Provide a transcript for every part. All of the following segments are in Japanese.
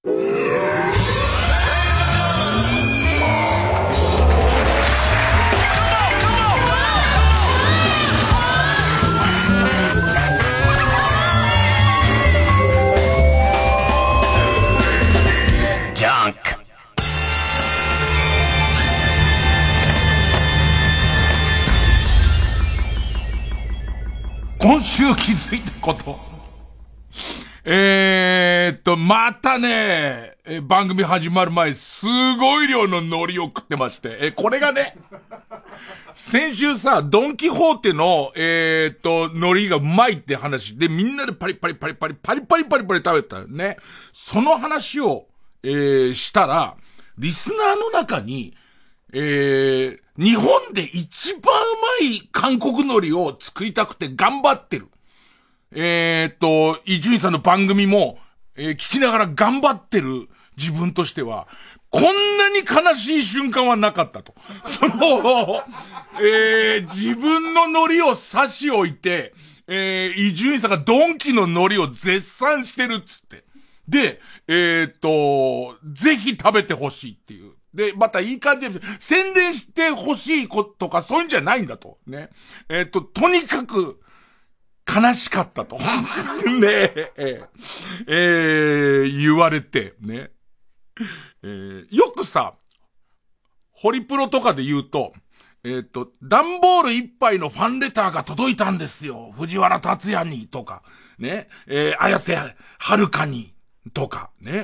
今週気づいたこと。またね、番組始まる前、すごい量の海苔を食ってまして、これがね、先週さ、ドンキホーテの、海苔がうまいって話で、みんなでパリパリパリパリ食べたね。その話を、したら、リスナーの中に、日本で一番うまい韓国海苔を作りたくて頑張ってる。伊集院さんの番組も、聞きながら頑張ってる自分としては、こんなに悲しい瞬間はなかったと。自分の海苔を差し置いて、伊集院さんがドンキの海苔を絶賛してるっつって。で、ぜひ食べてほしいっていう。で、またいい感じで、宣伝してほしいことかそういうんじゃないんだと。ね。とにかく、悲しかったと。ね言われて、ね。よくさ、ホリプロとかで言うと、段ボール一杯のファンレターが届いたんですよ。藤原達也に、とか、ね。綾瀬はるかに、とか、ね。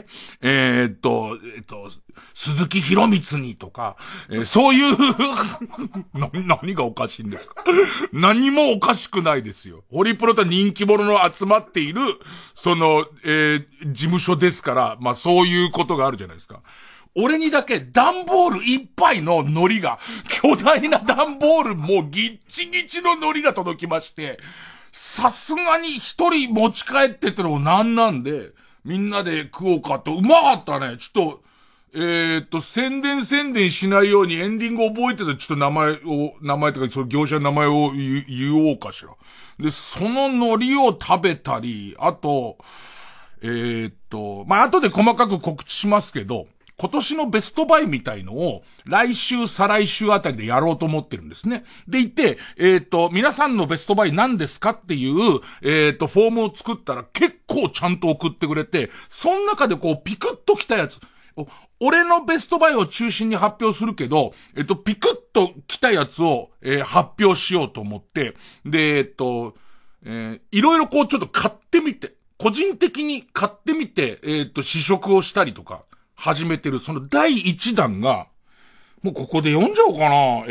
鈴木博光にとか、そういう何がおかしいんですか何もおかしくないですよ。ホリプロと人気者の集まっている、事務所ですから、まあそういうことがあるじゃないですか。俺にだけ段ボール一杯の海苔が、巨大な段ボールもうギッチギチの海苔が届きまして、さすがに一人持ち帰ってってのもなんなんで、みんなで食おうかって、うまかったね。ちょっと、宣伝しないようにエンディング覚えてたちょっと名前とか、その業者の名前を言おうかしら。で、その海苔を食べたり、あと、まあ、後で細かく告知しますけど、今年のベストバイみたいのを、来週、再来週あたりでやろうと思ってるんですね。でいて、皆さんのベストバイ何ですかっていう、フォームを作ったら結構ちゃんと送ってくれて、その中でこう、ピクッと来たやつ、俺のベストバイを中心に発表するけど、ピクッと来たやつを、発表しようと思って、で、いろいろこうちょっと買ってみて、個人的に買ってみて、試食をしたりとか、始めてる、その第一弾が、もうここで読んじゃおうかな。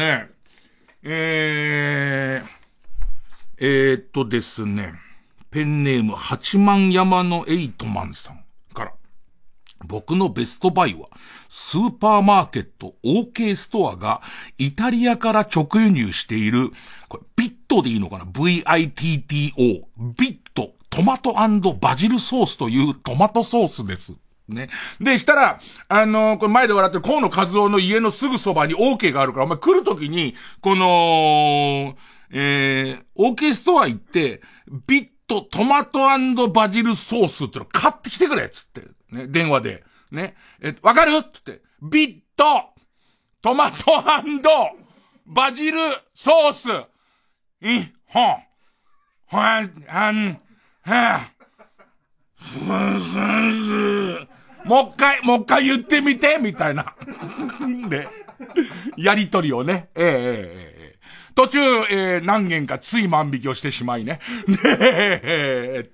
ですね、ペンネーム八幡山のエイトマンさんから。僕のベストバイは、スーパーマーケット OK ストアがイタリアから直輸入している、これビットでいいのかな ?VITTO、ビット、トマト&バジルソースというトマトソースです。ね。で、したら、これ前で笑ってる河野和夫の家のすぐそばに OK があるから、お前来るときに、この、OK ストア行って、ビット、トマト&バジルソースっての買ってきてくれっつって、ね、電話で。ね。わかるっつって、ビット、トマト&バジルソース、もう一回言ってみて、みたいな。で、やりとりをね。途中、何件かつい万引きをしてしまいね。で、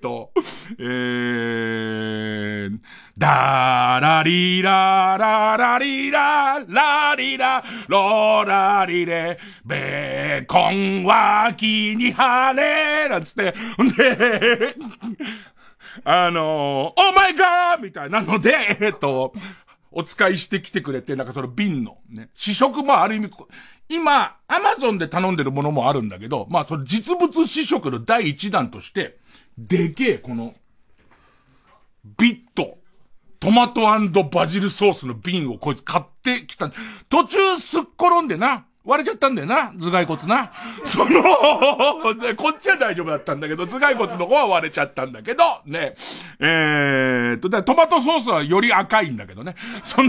ダラリラララリララリラロラリレベーコン脇に跳ねなんつって、で、オーマイガーみたいなので、お使いしてきてくれて、なんかその瓶のね、試食もある意味、今、アマゾンで頼んでるものもあるんだけど、まあその実物試食の第一弾として、でけえこの、ビット、トマト&バジルソースの瓶をこいつ買ってきた。途中すっ転んでな、 割れちゃったんだよな、頭蓋骨な。で、こっちは大丈夫だったんだけど、頭蓋骨の方は割れちゃったんだけど、ね。だトマトソースはより赤いんだけどね。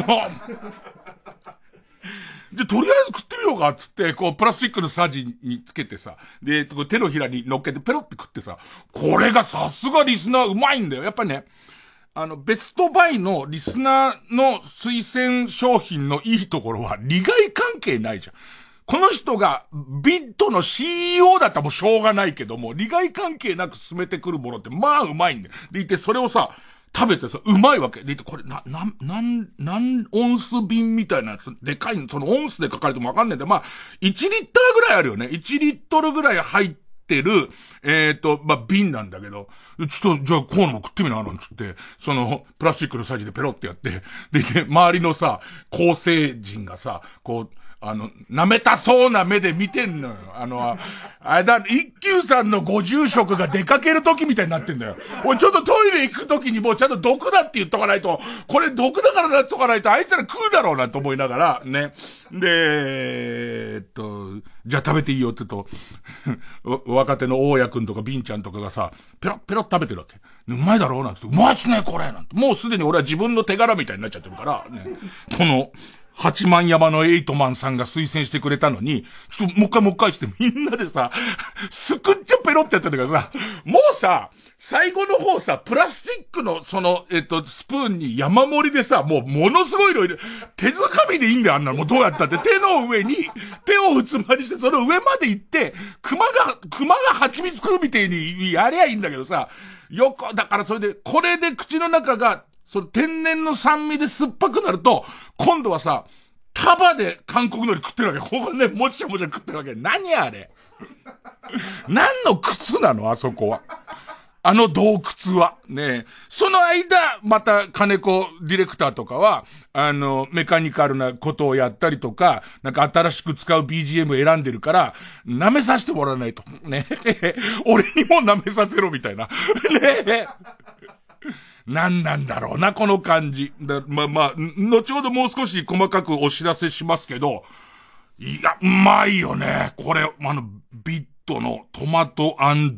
で、とりあえず食ってみようかっつって、こう、プラスチックのさじにつけてさ、で、手のひらに乗っけてペロって食ってさ、これがさすがリスナーうまいんだよ。やっぱりね、ベストバイのリスナーの推薦商品のいいところは利害関係ないじゃん。この人がビットの CEO だったらもうしょうがないけども、利害関係なく進めてくるものってまあうまいんだよ。でいて、それをさ、食べてさ、うまいわけ。でいて、これ何オンス瓶みたいなやつ、でかい、そのオンスで書かれてもわかんないんだよ。まあ、1リッターぐらいあるよね。1リットルぐらい入ってる、まあ、瓶なんだけど、ちょっと、じゃあ、こうのも食ってみな、なんつって、プラスチックのさじでペロってやって、で、周りのさ、構成人がさ、こう、舐めたそうな目で見てんのよ。一休さんのご住職が出かける時みたいになってんだよ。俺ちょっとトイレ行く時にもうちゃんと毒だって言っとかないと、これ毒だからなっとかないとあいつら食うだろうなと思いながら、ね。で、じゃあ食べていいよって言うと、若手の大家くんとかビンちゃんとかがさ、ペロッペロッ食べてるわけ。うまいだろうなんて言って、うまいっすねこれなんて。もうすでに俺は自分の手柄みたいになっちゃってるから、ね。この、八幡山のエイトマンさんが推薦してくれたのに、ちょっともう一回してみんなでさ、すくっちゃペロってやったんだけどさ、もうさ、最後の方さ、プラスチックのスプーンに山盛りでさ、もうものすごい量入れ、手づかみでいいんだよ、あんなの。もうどうやったって手の上に、手をうつまりして、その上まで行って、熊が蜂蜜食うみたいにやりゃいいんだけどさ、だからそれで、これで口の中が、天然の酸味で酸っぱくなると、今度はさ、束で韓国海苔食ってるわけ。ここね、もちゃもちゃ食ってるわけ。何あれ何の靴なのあそこは。あの洞窟は。ねえ。その間、また金子ディレクターとかは、メカニカルなことをやったりとか、なんか新しく使う BGM 選んでるから、舐めさせてもらわないと。ねえ。俺にも舐めさせろみたいな。ねえ。何なんだろうな、この感じ。まあ、後ほどもう少し細かくお知らせしますけど、いや、うまいよね。これ、ビットのトマト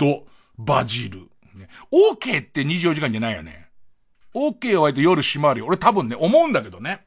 &バジル。OK って24時間じゃないよね。OK は割と夜閉まるよ。俺多分ね、思うんだけどね。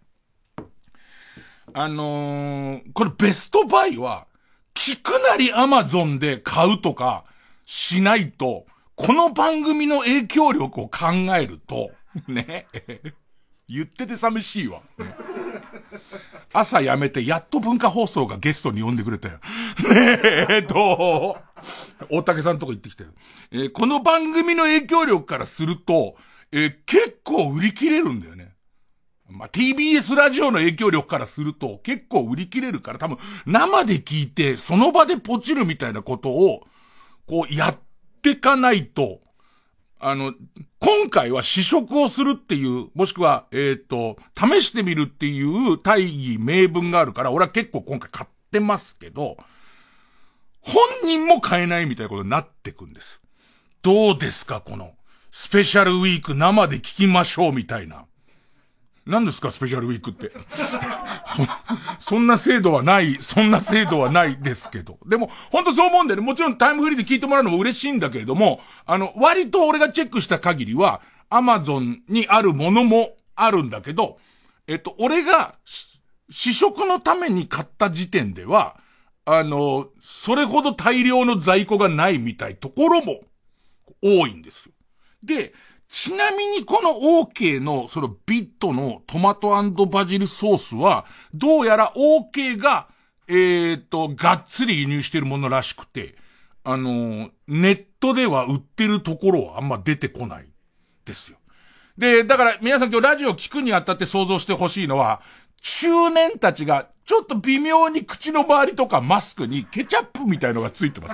これベストバイは、聞くなりアマゾンで買うとかしないと、この番組の影響力を考えると、ね。言ってて寂しいわ。ね、朝やめて、やっと文化放送がゲストに呼んでくれたよ。ね大竹さんとこ行ってきたよ。この番組の影響力からすると、結構売り切れるんだよね。まあ、TBS ラジオの影響力からすると、結構売り切れるから、多分、生で聞いて、その場でポチるみたいなことを、こう、やってかないと、今回は試食をするっていう、もしくは、試してみるっていう大義名分があるから、俺は結構今回買ってますけど、本人も買えないみたいなことになってくんです。どうですかこの、スペシャルウィーク生で聞きましょうみたいな。何ですかスペシャルウィークって。そんな制度はないですけど。でも、本当そう思うんだよね。もちろんタイムフリーで聞いてもらうのも嬉しいんだけれども、割と俺がチェックした限りは、アマゾンにあるものもあるんだけど、俺が試食のために買った時点では、それほど大量の在庫がないみたいところも多いんですよ。で、ちなみにこの OK のそのビットのトマト&バジルソースは、どうやら OK が、がっつり輸入してるものらしくて、ネットでは売ってるところはあんま出てこないですよ。で、だから皆さん今日ラジオ聞くにあたって想像してほしいのは、中年たちがちょっと微妙に口の周りとかマスクにケチャップみたいのがついてます。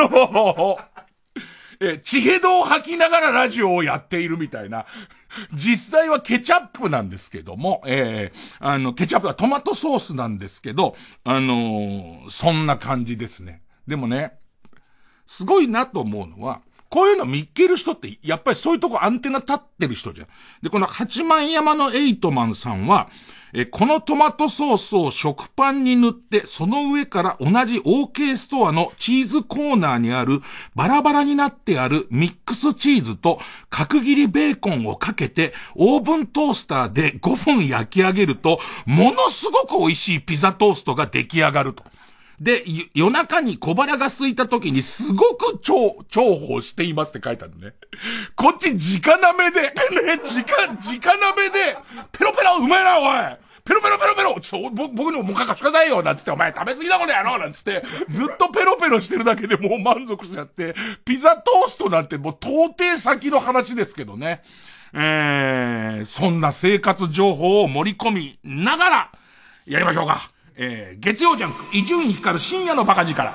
血ヘドを吐きながらラジオをやっているみたいな。実際はケチャップなんですけども、ケチャップはトマトソースなんですけど、そんな感じですね。でもね、すごいなと思うのは、 こういうの見っける人って、やっぱりそういうとこアンテナ立ってる人じゃん。で、この八幡山のエイトマンさんは、このトマトソースを食パンに塗って、その上から同じ OK ストアのチーズコーナーにあるバラバラになってあるミックスチーズと角切りベーコンをかけてオーブントースターで5分焼き上げると、ものすごく美味しいピザトーストが出来上がると。で、夜中に小腹が空いた時にすごく重宝していますって書いてあるね。こっち直鍋で、ね、直鍋で、ペロペロうまいな、おいペロペロペロペロちょっと僕にももうかしてくださいよなんつって、お前食べ過ぎだこれやろなんつって、ずっとペロペロしてるだけでもう満足しちゃって、ピザトーストなんてもう到底先の話ですけどね。そんな生活情報を盛り込みながら、やりましょうか。月曜ジャンク、伊集院光る深夜のバカ力。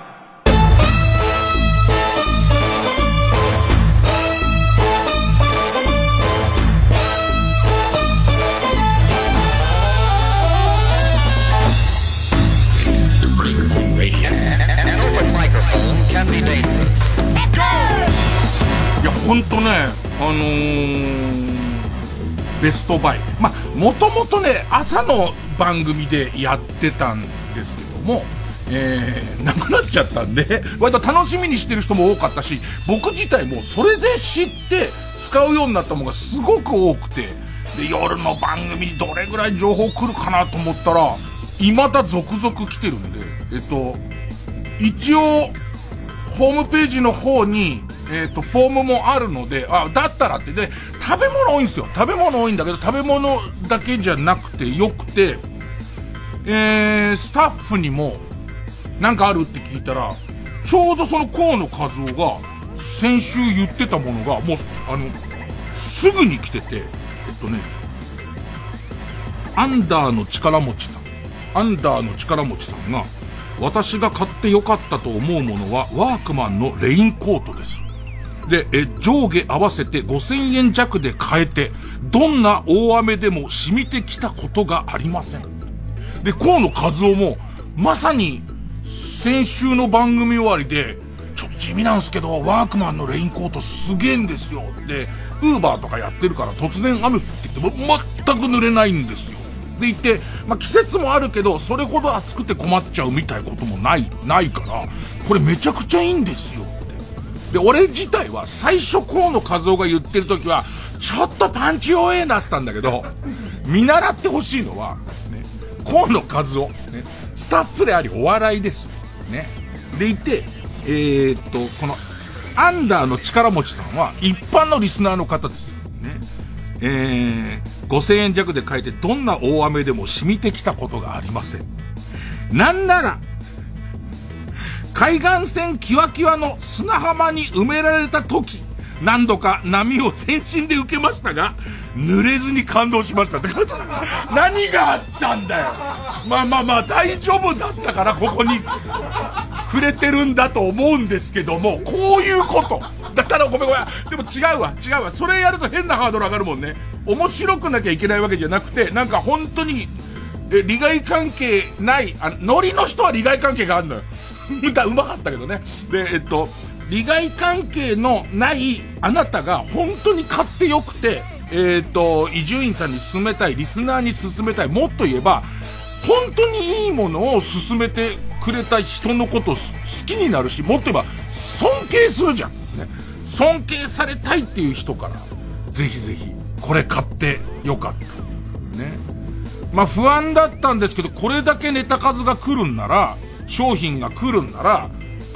いや、ほんとね、ベストバイ。もともとね、朝の番組でやってたんですけども、なくなっちゃったんで、割と楽しみにしてる人も多かったし、僕自体もそれで知って使うようになったものがすごく多くて、で、夜の番組にどれぐらい情報来るかなと思ったら、未だ続々来てるんで、一応、ホームページの方に、フォームもあるので、だったらって、で、食べ物多いんですよ。食べ物多いんだけど、食べ物だけじゃなくてよくて、スタッフにも、なんかあるって聞いたら、ちょうどその河野和夫が、先週言ってたものが、もう、すぐに来てて、アンダーの力持ちさんが、私が買ってよかったと思うものは、ワークマンのレインコートです。で、上下合わせて5000円弱で買えて、どんな大雨でも染みてきたことがありません。で、河野和夫も、まさに、先週の番組終わりで、ちょっと地味なんですけど、ワークマンのレインコートすげえんですよ。で、ウーバーとかやってるから突然雨降ってきても全く濡れないんですよ。でいて、季節もあるけど、それほど暑くて困っちゃうみたいなこともないから、これめちゃくちゃいいんですよって。で、俺自体は最初河野和夫が言ってる時は、ちょっとパンチ弱えなってたんだけど、見習ってほしいのは、ね、河野和夫、ね、スタッフでありお笑いです。ね。でいて、この、アンダーの力持ちさんは一般のリスナーの方です。ね。5000円弱で買えてどんな大雨でも染みてきたことがありません。なんなら、海岸線キワキワの砂浜に埋められた時、何度か波を全身で受けましたが、濡れずに感動しましたって何があったんだよ。大丈夫だったからここにくれてるんだと思うんですけども、こういうことだったらごめん。でも違うわ。それやると変なハードル上がるもんね。面白くなきゃいけないわけじゃなくて、なんか本当に、利害関係ない、ノリの人は利害関係があるのよ。うまかったけどね。で、利害関係のないあなたが本当に買ってよくて、伊集院さんに勧めたい、リスナーに勧めたい、もっと言えば、本当にいいものを勧めてくれた人のこと好きになるし、もっと言えば尊敬するじゃん。ね、尊敬されたいっていう人から、ぜひぜひ、これ買ってよかった。ね。不安だったんですけど、これだけネタ数が来るんなら、商品が来るんなら、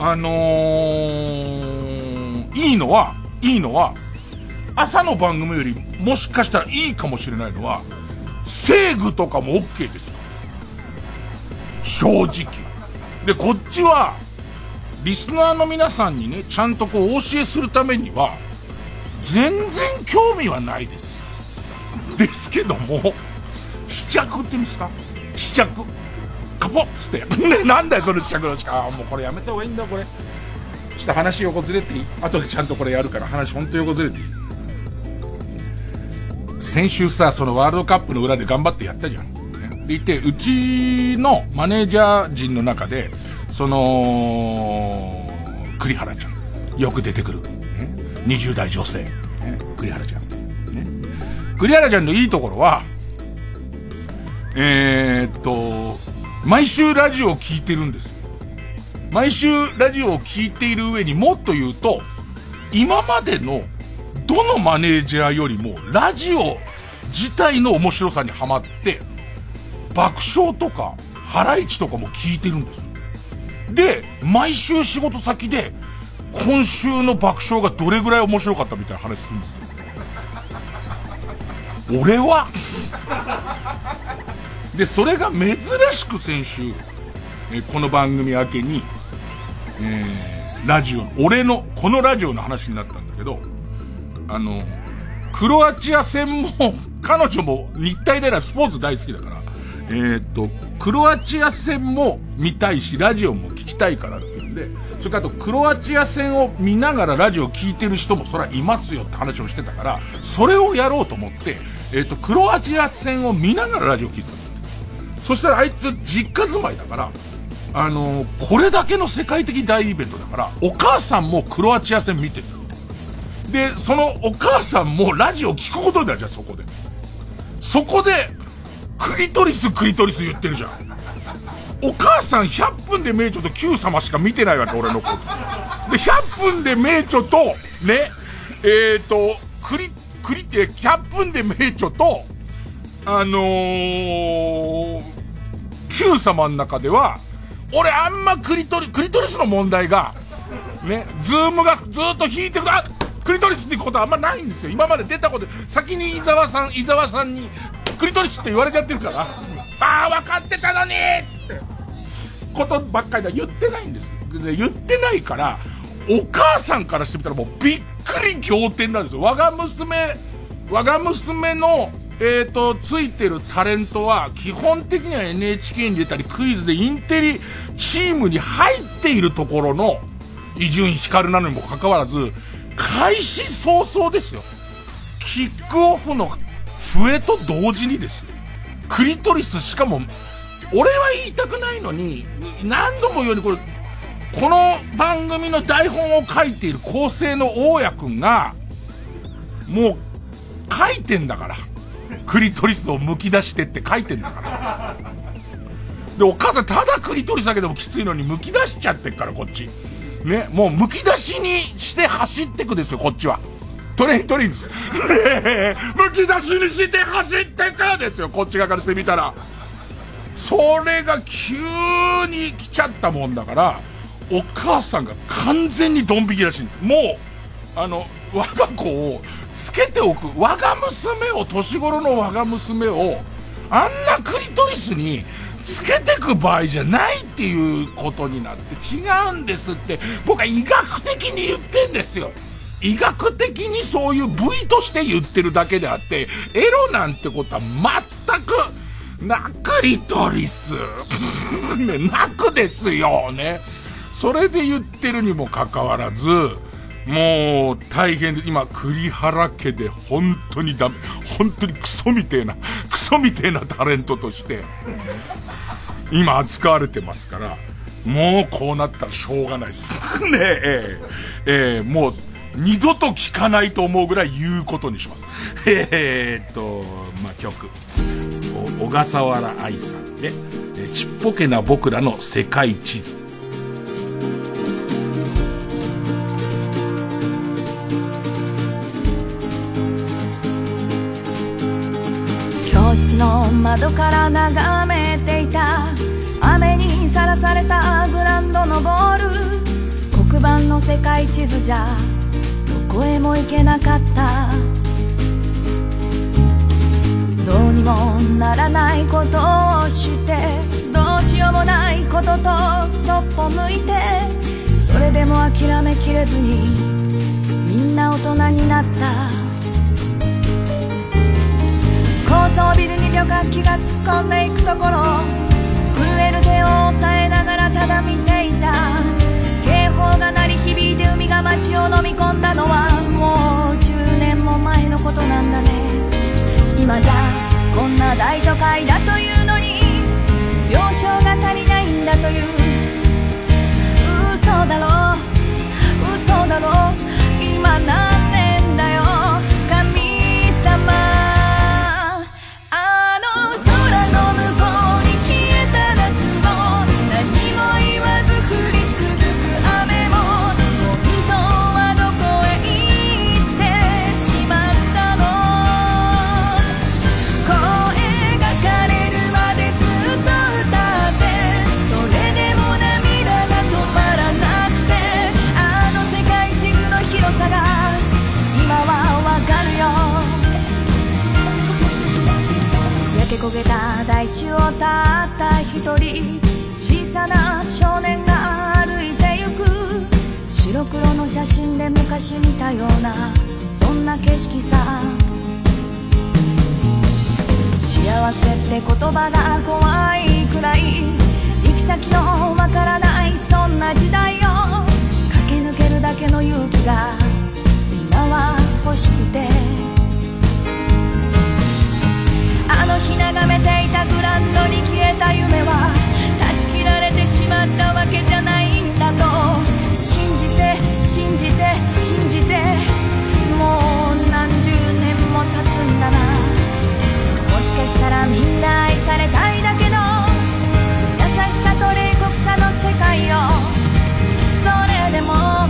いいのは、朝の番組よりもしかしたらいいかもしれないのは、セーグとかも OK ですよ。正直。で、こっちは、リスナーの皆さんにね、ちゃんとお教えするためには、全然興味はないです。ですけども、試着って言うんですか？試着。カポッつって。ね、なんだよ、その試着の力。もうこれやめた方がいいんだ、これ。ちょっと話横ずれていい？後でちゃんとこれやるから話ほんと横ずれていい？先週さ、そのワールドカップの裏で頑張ってやったじゃん。でいて、うちのマネージャー陣の中で、栗原ちゃん、よく出てくる。 20代女性、ね、栗原ちゃん、ね、栗原ちゃんのいいところは毎週ラジオを聞いてるんですよ。毎週ラジオを聞いている上にもっと言うと、今までのどのマネージャーよりもラジオ自体の面白さにハマって、爆笑とかハライチとかも聞いてるんですよ。で、毎週仕事先で今週の爆笑がどれぐらい面白かったみたいな話するんですよ。俺はで、それが珍しく先週、この番組明けに、ラジオ、俺の、このラジオの話になったんだけど、クロアチア戦も、彼女も日体大なスポーツ大好きだから、クロアチア戦も見たいし、ラジオも聞きたいからっていうんで、それからあとクロアチア戦を見ながらラジオを聞いてる人もそりゃいますよって話をしてたから、それをやろうと思って、クロアチア戦を見ながらラジオを聞いてた。そしたらあいつ実家住まいだから、これだけの世界的大イベントだから、お母さんもクロアチア戦見てる。で、そのお母さんもラジオ聞くことになるじゃん、そこで。そこで、クリトリス言ってるじゃん。お母さん100分で名著と Q 様しか見てないわけ、俺のこと。で、100分で名著と、ね、100分で名著と、Q 様の中では、俺あんまクリトリスの問題が、ね、ズームがずっと引いてくる、クリトリスってことはあんまないんですよ。今まで出たこと、先に伊沢さんに、クリトリスって言われちゃってるから、分かってたのにつって、ことばっかりだ、言ってないんです。で、言ってないから、お母さんからしてみたらもうびっくり仰天なんですよ。我が娘の、ついてるタレントは、基本的には NHK に出たり、クイズでインテリチームに入っているところの、伊集院光なのにもかかわらず、開始早々ですよ。キックオフの笛と同時にですよ。クリトリス、しかも、俺は言いたくないのに、何度も言うようにこの番組の台本を書いている構成の大家くんが、もう、書いてんだから。クリトリスを剥き出してって書いてんだから。で、お母さんただクリトリスだけでもきついのに剥き出しちゃってっから、こっち。ね、もう剥き出しにして走ってくですよ、こっちは。トレインです。剥き出しにして走ってくですよ、こっち側からしてみたら。それが急に来ちゃったもんだから、お母さんが完全にドン引きらしい。もう、我が子をつけておく、年頃の我が娘を、あんなクリトリスにつけてく場合じゃないっていうことになって、違うんですって、僕は医学的に言ってんですよ。医学的にそういう部位として言ってるだけであって、エロなんてことは全く、クリトリス、ね、なくですよね。それで言ってるにもかかわらず、もう大変で、今栗原家で本当に本当にクソみてえなタレントとして今扱われてますから、もうこうなったらしょうがないですね。もう二度と聞かないと思うぐらい言うことにします。曲小笠原愛さんでちっぽけな僕らの世界地図。 教室の窓から眺めていた雨にさらされたグラウンドのボール、黒板の世界地図じゃどこへも行けなかった。どうにもならないことをしてどうしようもないこととそっぽ向いて、それでも諦めきれずにみんな大人になった。高層ビルに旅客機が突っ込んでいくところ、震える手を押さえながらただ見ていた。警報が鳴り響いて海が街を飲み込んだのはもう10年も前のことなんだね。今じゃこんな大都会だというのに病床が足りないんだという嘘だろ今なん焦げた大地をたった一人小さな少年が歩いてゆく白黒の写真で昔見たようなそんな景色さ幸せって言葉が怖いくらい行き先のわからないそんな時代を駆け抜けるだけの勇気が今は欲しくてあの日眺めていたグラウンドに消えた夢は断ち切られてしまったわけじゃないんだと信じて信じて信じてもう何十年も経つんだなもしかしたらみんな愛されたいだけど優しさと冷酷さの世界よそれでも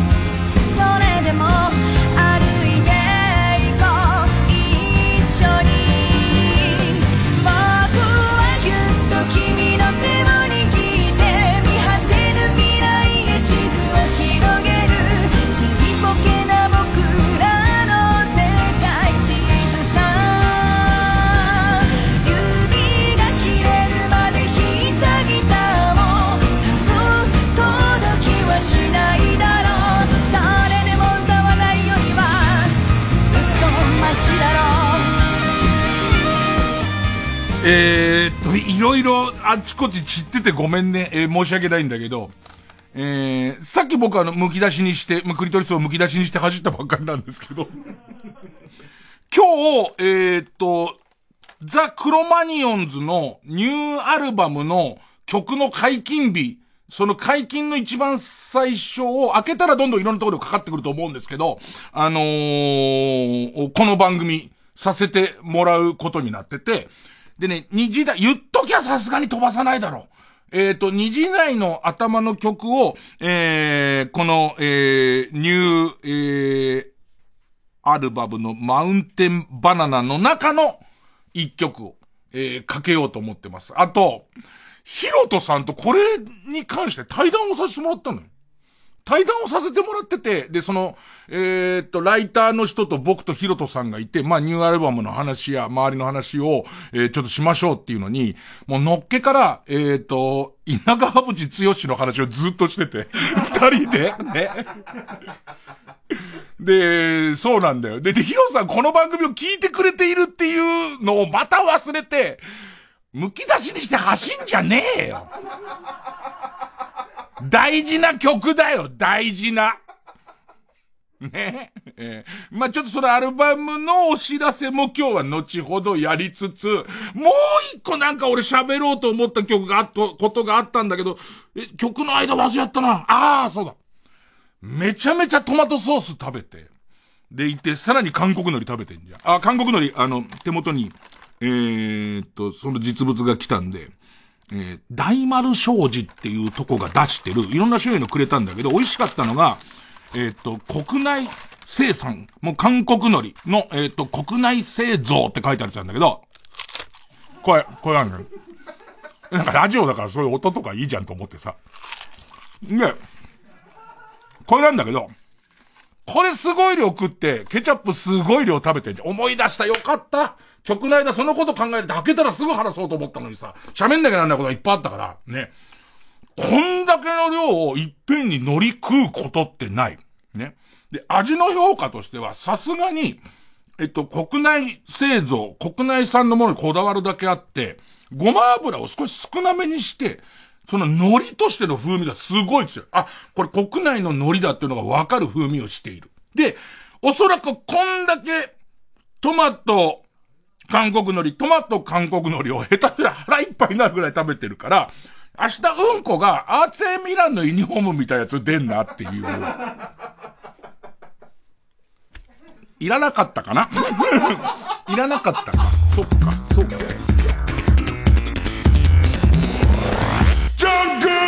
歩いていこう一緒に僕はぎゅっと君の手を握って見果てぬ未来へ地図を広げるちっぽけな僕らの世界地図さ指が切れるまで弾いたギターも届きはしないだろうそれでも歌わないよりはずっとマシだろういろいろあちこち散っててごめんね、申し訳ないんだけど、さっき僕剥き出しにして、クリトリスを剥き出しにして走ったばっかりなんですけど、今日、ザ・クロマニオンズのニューアルバムの曲の解禁日、その解禁の一番最初を開けたらどんどんいろんなところでかかってくると思うんですけど、この番組させてもらうことになってて、でね、2時台、言っときゃさすがに飛ばさないだろう。2時台の頭の曲を、この、ニュー、アルバムのマウンテンバナナの中の一曲を、かけようと思ってます。あと、ヒロトさんとこれに関して対談をさせてもらったのよ。対談をさせてもらってて、で、その、ライターの人と僕とヒロトさんがいて、まあ、ニューアルバムの話や周りの話を、ちょっとしましょうっていうのに、もうのっけから、稲川淵剛の話をずっとしてて、二人で、ね。で、そうなんだよ。で、ヒロさんこの番組を聞いてくれているっていうのをまた忘れて、剥き出しにして走んじゃねえよ。大事な曲だよ、大事な。ね。まあ、ちょっとそのアルバムのお知らせも今日は後ほどやりつつ、もう一個なんか俺喋ろうと思ったことがあったんだけど、曲の間忘れちゃったな。ああ、そうだ。めちゃめちゃトマトソース食べて、でいて、さらに韓国海苔食べてんじゃん。あ、韓国海苔、手元に、その実物が来たんで、大丸商事っていうとこが出してる、いろんな種類のくれたんだけど、美味しかったのが、国内生産、もう韓国海苔の、国内製造って書いてあるやつなんだけど、これなんだよ。なんかラジオだからそういう音とかいいじゃんと思ってさ。で、これなんだけど、これすごい量食って、ケチャップすごい量食べてんじゃん。思い出した、よかった。曲の間そのこと考えて開けたらすぐ話そうと思ったのにさ、喋んなきゃなんないことがいっぱいあったから、ね。こんだけの量をいっぺんに乗り食うことってない。ね。で、味の評価としては、さすがに、国内製造、国内産のものにこだわるだけあって、ごま油を少し少なめにして、その海苔としての風味がすごいですよ。あ、これ国内の海苔だっていうのがわかる風味をしている。で、おそらくこんだけ、トマト、韓国海苔を下手で腹いっぱいになるぐらい食べてるから、明日うんこがアーツェミランのユニフォームみたいなやつ出んなっていう。いらなかったかないらなかったか。そっか。ジャンク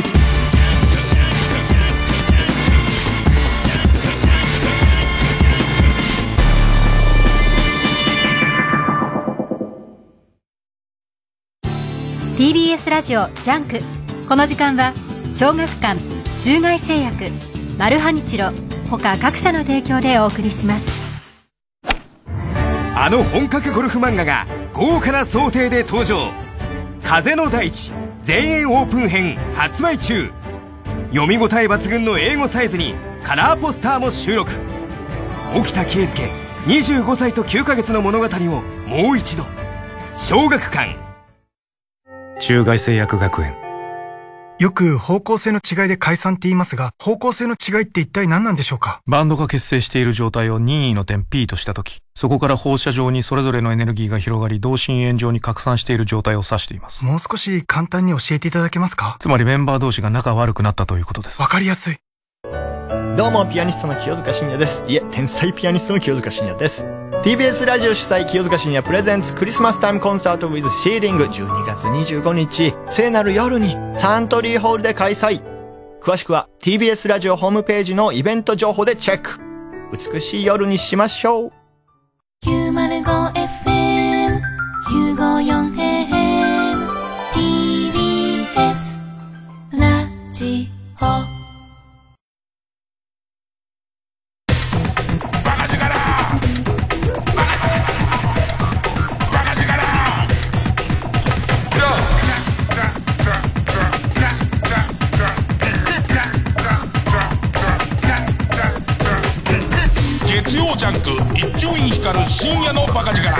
TBS ラジオジャンク。この時間は小学館、中外製薬、マルハニチロ他各社の提供でお送りします。 あの本格ゴルフ漫画が豪華な想定で登場。風の大地全英オープン編発売中。読み応え抜群の英語サイズにカラーポスターも収録。沖田圭介25歳と9ヶ月の物語をもう一度。小学館。中外製薬学園。 よく方向性の違いで解散って言いますが、方向性の違いって一体何なんでしょうか？ バンドが結成している状態を任意の点 P としたとき、そこから放射状にそれぞれのエネルギーが広がり、同心円状に拡散している状態を指しています。 もう少し簡単に教えていただけますか？ つまりメンバー同士が仲悪くなったということです。 わかりやすい。 どうも、ピアニストの清塚信也です。いえ、天才ピアニストの清塚信也です。TBS ラジオ主催清塚信也プレゼンツクリスマスタイムコンサート with シーリング12月25日聖なる夜にサントリーホールで開催。詳しくは TBS ラジオホームページのイベント情報でチェック。美しい夜にしましょう。 905FM954AM TBS ラジオ。 ジャンク一丁院光る深夜のバカ力。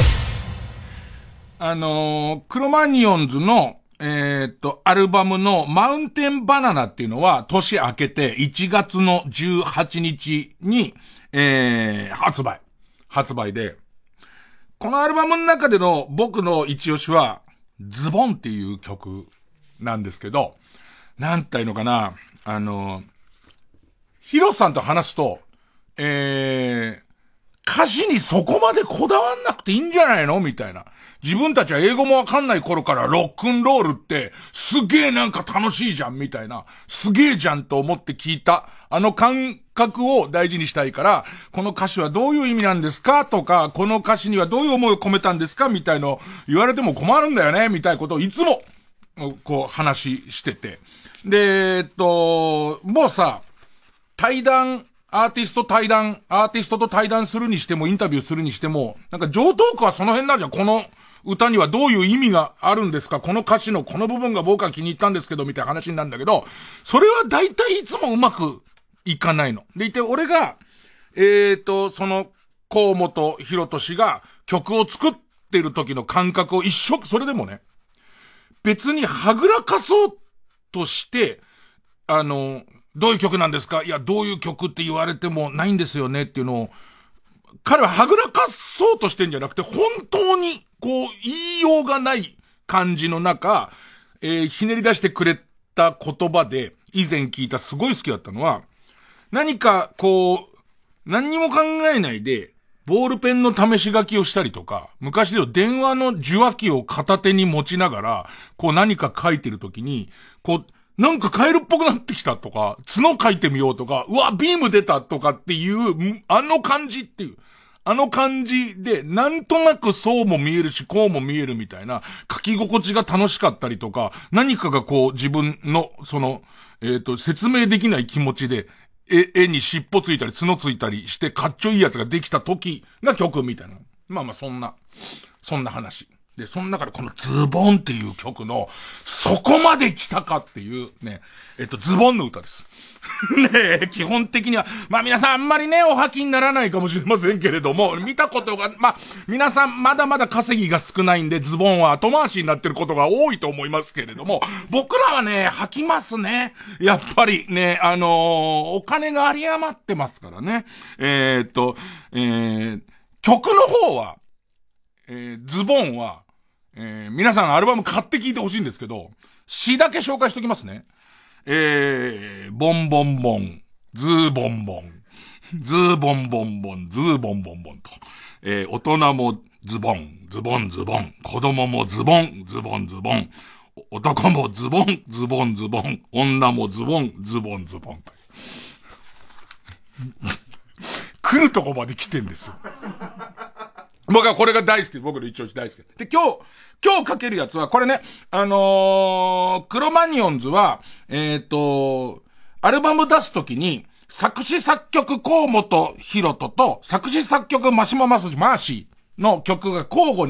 クロマニオンズのアルバムのマウンテンバナナっていうのは年明けて1月の18日に発売で、このアルバムの中での僕の一押しはズボンっていう曲なんですけど、なんていうのかな、ヒロさんと話すと歌詞にそこまでこだわんなくていいんじゃないのみたいな。自分たちは英語もわかんない頃からロックンロールってすげえなんか楽しいじゃんみたいな。すげえじゃんと思って聞いた。あの感覚を大事にしたいから、この歌詞はどういう意味なんですかとか、この歌詞にはどういう思いを込めたんですかみたいの言われても困るんだよねみたいなことをいつもこう話してて。で、もうさ、アーティストと対談するにしても、インタビューするにしても、なんか上トークはその辺なんじゃん。この歌にはどういう意味があるんですか？この歌詞のこの部分が僕は気に入ったんですけど、みたいな話になるんだけど、それは大体いつもうまくいかないの。でいて、俺が、その、河本博俊が曲を作ってる時の感覚をそれでもね、別にはぐらかそうとして、どういう曲なんですか？いや、どういう曲って言われてもないんですよねっていうのを、彼ははぐらかそうとしてんじゃなくて、本当に、こう、言いようがない感じの中、ひねり出してくれた言葉で、以前聞いたすごい好きだったのは、何か、こう、何にも考えないで、ボールペンの試し書きをしたりとか、昔では電話の受話器を片手に持ちながら、こう何か書いてるときに、こう、なんかカエルっぽくなってきたとか、角描いてみようとか、うわ、ビーム出たとかっていう、あの感じっていう。あの感じで、なんとなくそうも見えるし、こうも見えるみたいな、書き心地が楽しかったりとか、何かがこう自分の、説明できない気持ちで、絵に尻尾ついたり角ついたりして、かっちょいいやつができた時が曲みたいな。まあまあそんな話。で、その中でこのズボンっていう曲の、そこまで来たかっていうね、ズボンの歌です。ね、基本的には、まあ皆さんあんまりね、お吐きにならないかもしれませんけれども、見たことが、まあ皆さんまだまだ稼ぎが少ないんで、ズボンは後回しになってることが多いと思いますけれども、僕らはね、吐きますね。やっぱりね、お金が有り余ってますからね。曲の方は、ズボンは、皆さんアルバム買って聴いてほしいんですけど、詩だけ紹介しときますね。ボンボンボン、ズーボンボン、ズーボンボンボン、ズーボンボンボンと。大人もズボン、ズボンズボン、子供もズボン、ズボンズボン、男もズボン、ズボンズボン、女もズボン、ズボンズボンと。来るとこまで来てんですよ。僕はこれが大好き。僕の一押し大好き。で、今日かけるやつは、これね、クロマニオンズは、アルバム出すときに、作詞作曲河本博人と、作詞作曲マシモマスジマーシーの曲が交互にとか、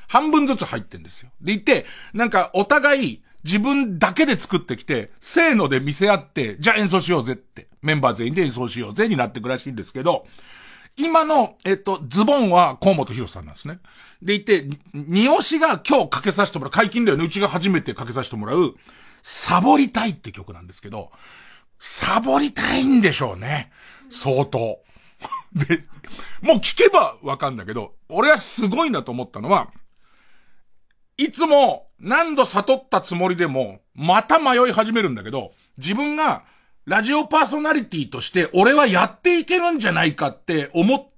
半分ずつ入ってんですよ。でいて、なんかお互い自分だけで作ってきて、せーので見せ合って、じゃあ演奏しようぜって、メンバー全員で演奏しようぜになってくらしいんですけど、今の、ズボンは河本博さんなんですね。でいて、二押しが今日かけさせてもらう、解禁だよね。うちが初めてかけさせてもらう、サボりたいって曲なんですけど、サボりたいんでしょうね。相当。で、もう聞けばわかんだけど、俺はすごいなと思ったのは、いつも何度悟ったつもりでも、また迷い始めるんだけど、自分がラジオパーソナリティとして俺はやっていけるんじゃないかって思った、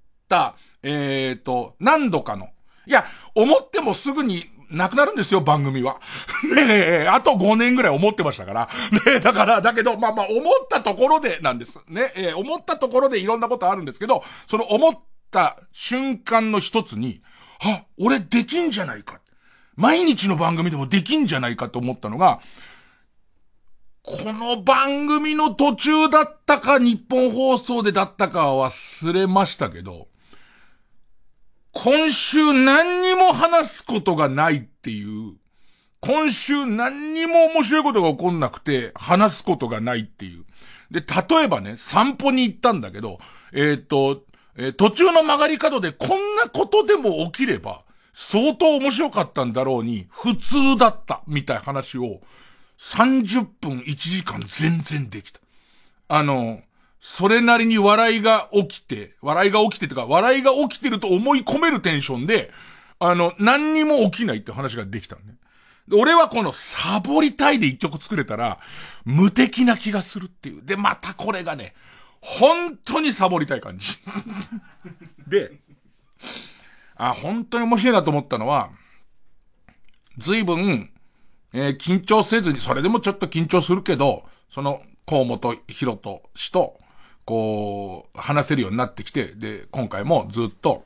何度かの。いや、思ってもすぐになくなるんですよ、番組は。ねえ、あと5年ぐらい思ってましたから。ねえ、だけど、思ったところでなんです。ねえ、思ったところでいろんなことあるんですけど、その思った瞬間の一つに、俺できんじゃないか。毎日の番組でもできんじゃないかと思ったのが、この番組の途中だったか、日本放送でだったかは忘れましたけど、今週何にも話すことがないっていう、今週何にも面白いことが起こんなくて、話すことがないっていう。で、例えばね、散歩に行ったんだけど、途中の曲がり角でこんなことでも起きれば、相当面白かったんだろうに、普通だった、みたいな話を、30分1時間全然できた。それなりに笑いが起きてとか、笑いが起きてると思い込めるテンションで、何にも起きないって話ができたのね。で、俺はこのサボりたいで一曲作れたら、無敵な気がするっていう。で、またこれがね、本当にサボりたい感じ。で、本当に面白いなと思ったのは、随分、緊張せずに、それでもちょっと緊張するけど、その、河本博人氏と、こう、話せるようになってきて、で、今回もずっと、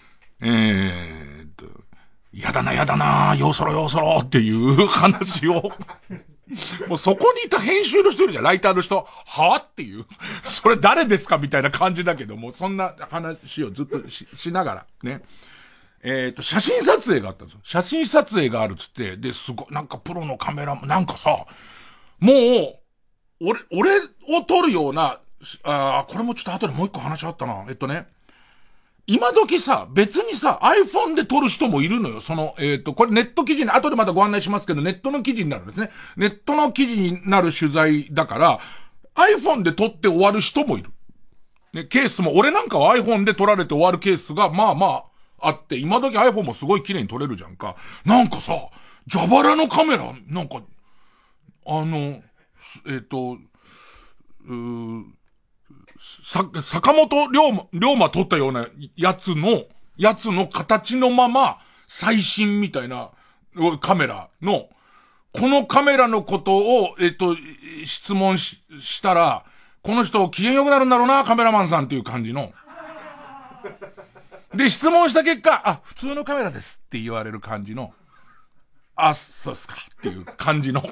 やだな、ようそろっていう話を、もうそこにいた編集の人いるじゃん、ライターの人、っていう、それ誰ですかみたいな感じだけども、そんな話をずっと しながら、ね。写真撮影があったんですよ。写真撮影があるっつって、で、すごい、なんかプロのカメラも、なんかさ、もう、俺を撮るような、これもちょっと後でもう一個話あったな。今時さ、別にさ、iPhone で撮る人もいるのよ。その、これネット記事に、後でまたご案内しますけど、ネットの記事になるんですね。ネットの記事になる取材だから、iPhone で撮って終わる人もいる。ね、ケースも、俺なんかは iPhone で撮られて終わるケースが、まあ、あって、今時 iPhone もすごい綺麗に撮れるじゃんか。なんかさ、蛇腹のカメラ、なんか、坂本龍馬撮ったようなやつの形のまま、最新みたいなカメラの、このカメラのことを、質問したら、この人機嫌良くなるんだろうな、カメラマンさんっていう感じの。で、質問した結果、普通のカメラですって言われる感じの、そうっすかっていう感じの。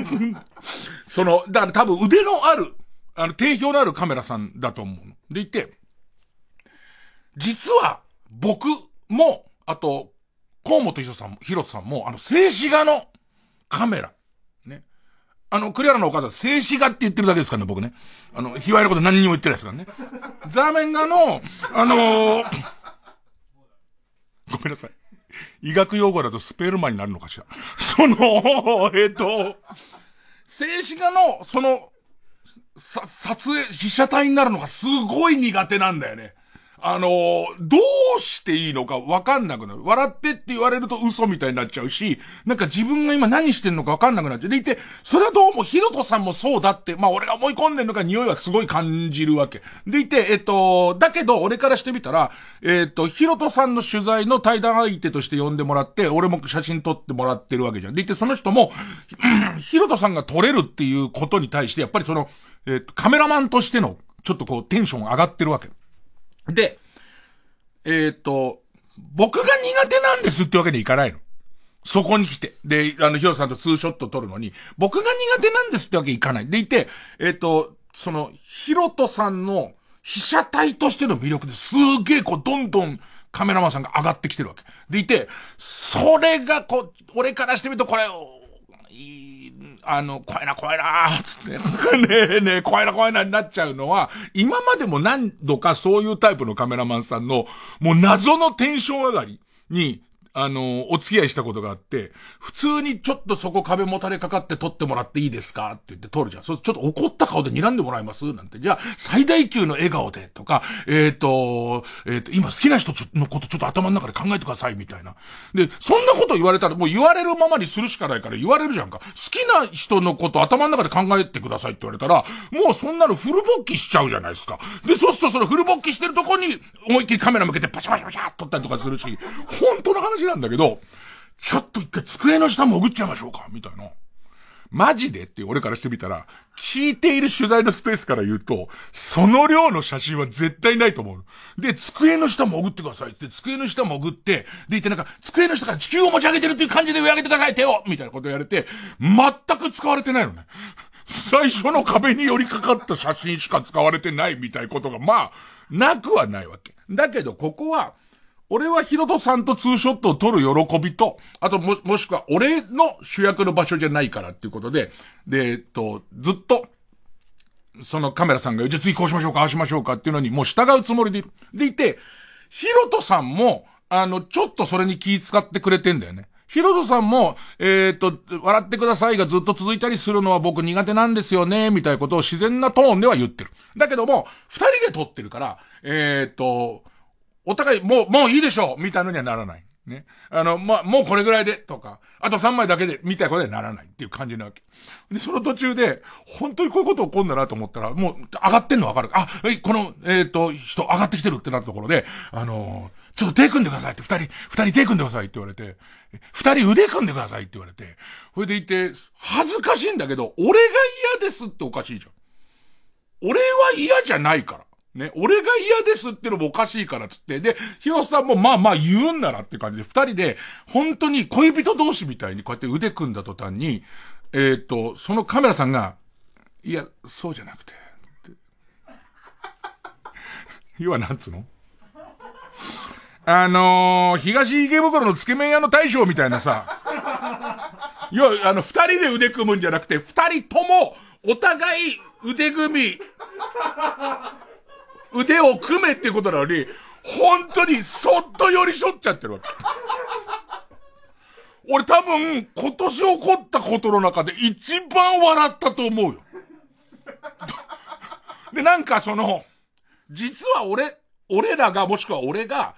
だから多分腕のある、定評のあるカメラさんだと思うの。でいて、実は僕も、あと、河本博人さんも、静止画のカメラ。ね。栗原のお母さん、静止画って言ってるだけですからね、僕ね。卑猥なこと何にも言ってないですからね。ザーメン画の、ごめんなさい。医学用語だとスペルマンになるのかしら。静止画の、撮影、被写体になるのがすごい苦手なんだよね。どうしていいのかわかんなくなる。笑ってって言われると嘘みたいになっちゃうし、なんか自分が今何してんのかわかんなくなっちゃう。でいて、それはどうもヒロトさんもそうだって、俺が思い込んでんのか匂いはすごい感じるわけ。でいて、だけど俺からしてみたら、ヒロトさんの取材の対談相手として呼んでもらって、俺も写真撮ってもらってるわけじゃん。でいて、その人も、ヒロトさんが撮れるっていうことに対して、やっぱりカメラマンとしての、ちょっとテンション上がってるわけ。で、僕が苦手なんですってわけにいかないの。そこに来て。で、ヒロさんとツーショット撮るのに、僕が苦手なんですってわけいかない。でいて、ヒロトさんの被写体としての魅力ですげえどんどんカメラマンさんが上がってきてるわけ。でいて、それが俺からしてみるとこれ、怖いなーつって。ねえ、怖いなになっちゃうのは、今までも何度かそういうタイプのカメラマンさんの、もう謎のテンション上がりに、お付き合いしたことがあって、普通にちょっとそこ壁もたれかかって撮ってもらっていいですかって言って撮るじゃん。ちょっと怒った顔で睨んでもらえますなんて。じゃあ、最大級の笑顔でとか、今好きな人のことちょっと頭の中で考えてくださいみたいな。で、そんなこと言われたらもう言われるままにするしかないから言われるじゃんか。好きな人のこと頭の中で考えてくださいって言われたら、もうそんなのフル勃起しちゃうじゃないですか。で、そうするとそのフル勃起してるとこに思いっきりカメラ向けてパシャパシャパシャっと撮ったりとかするし、本当の話なんだけど、ちょっと一回机の下潜っちゃいましょうかみたいな。マジでって俺からしてみたら、聞いている取材のスペースから言うと、その量の写真は絶対ないと思う。で、机の下潜ってくださいって、机の下潜って、で言ってなんか、机の下から地球を持ち上げてるっていう感じで上上げてください、手をみたいなことやれて、全く使われてないのね。最初の壁に寄りかかった写真しか使われてないみたいなことが、まあ、なくはないわけ。だけど、ここは、俺はヒロトさんとツーショットを撮る喜びと、あともしくは俺の主役の場所じゃないからっていうことで、で、ずっと、そのカメラさんが、じゃあ次こうしましょうか、ああしましょうかっていうのにもう従うつもりでいる。でいて、ヒロトさんも、ちょっとそれに気遣ってくれてんだよね。ヒロトさんも、笑ってくださいがずっと続いたりするのは僕苦手なんですよね、みたいなことを自然なトーンでは言ってる。だけども、二人で撮ってるから、お互い、もういいでしょうみたいなのにはならない。ね。もうこれぐらいで、とか、あと3枚だけで、みたいなことにはならないっていう感じなわけ。で、その途中で、本当にこういうこと起こるんだなと思ったら、もう、上がってんのわかる。この、人上がってきてるってなったところで、ちょっと手組んでくださいって、二人手組んでくださいって言われて、二人腕組んでくださいって言われて、それでいて、恥ずかしいんだけど、俺が嫌ですっておかしいじゃん。俺は嫌じゃないから。ね、俺が嫌ですってのもおかしいからつって、で、ヒロさんもまあ言うんならって感じで、二人で、本当に恋人同士みたいにこうやって腕組んだ途端に、そのカメラさんが、いや、そうじゃなくて、要はなんつうの東池袋のつけ麺屋の大将みたいなさ、要は二人で腕組むんじゃなくて、二人とも、お互い腕組み、腕を組めってことなのに、本当にそっと寄り添っちゃってるわけ。俺多分、今年起こったことの中で一番笑ったと思うよ。で、なんか実は俺らが、もしくは俺が、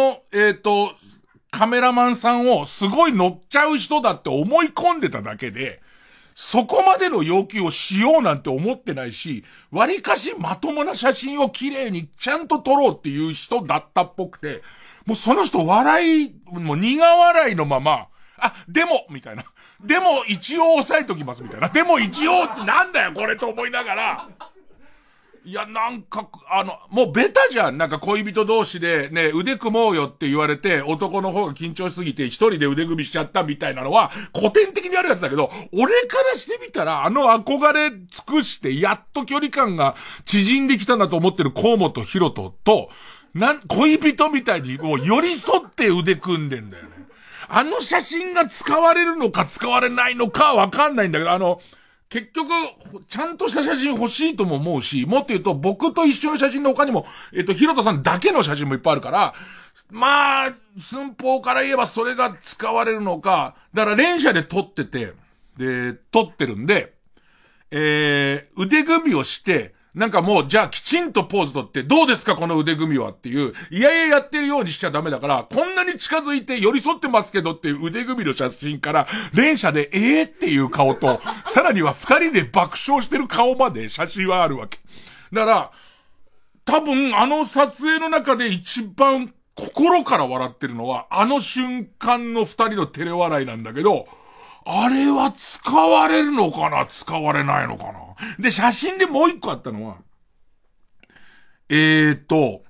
カメラマンさんをすごい乗っちゃう人だって思い込んでただけで、そこまでの要求をしようなんて思ってないし、割かしまともな写真を綺麗にちゃんと撮ろうっていう人だったっぽくて、もうその人もう苦笑いのまま、でも、みたいな。でも一応押さえときますみたいな。でも一応ってなんだよこれと思いながら、いや、なんか、もうベタじゃん。なんか恋人同士でね、腕組もうよって言われて、男の方が緊張しすぎて一人で腕組みしちゃったみたいなのは、古典的にあるやつだけど、俺からしてみたら、憧れ尽くして、やっと距離感が縮んできたなと思ってる河本ひろとと、恋人みたいにもう寄り添って腕組んでんだよね。写真が使われるのか使われないのかわかんないんだけど、結局、ちゃんとした写真欲しいとも思うし、もっと言うと僕と一緒の写真の他にも、ひろとさんだけの写真もいっぱいあるから、まあ、寸法から言えばそれが使われるのか、だから連写で撮ってて、で、撮ってるんで、腕組みをして、なんかもう、じゃあきちんとポーズ取って、どうですかこの腕組みはっていう、いややってるようにしちゃダメだから、こんなに近づいて寄り添ってますけどっていう腕組みの写真から、連写でっていう顔と、さらには二人で爆笑してる顔まで写真はあるわけ。だから、多分撮影の中で一番心から笑ってるのは、瞬間の二人の照れ笑いなんだけど、あれは使われるのかな使われないのかなで、写真でもう一個あったのは、ダヴ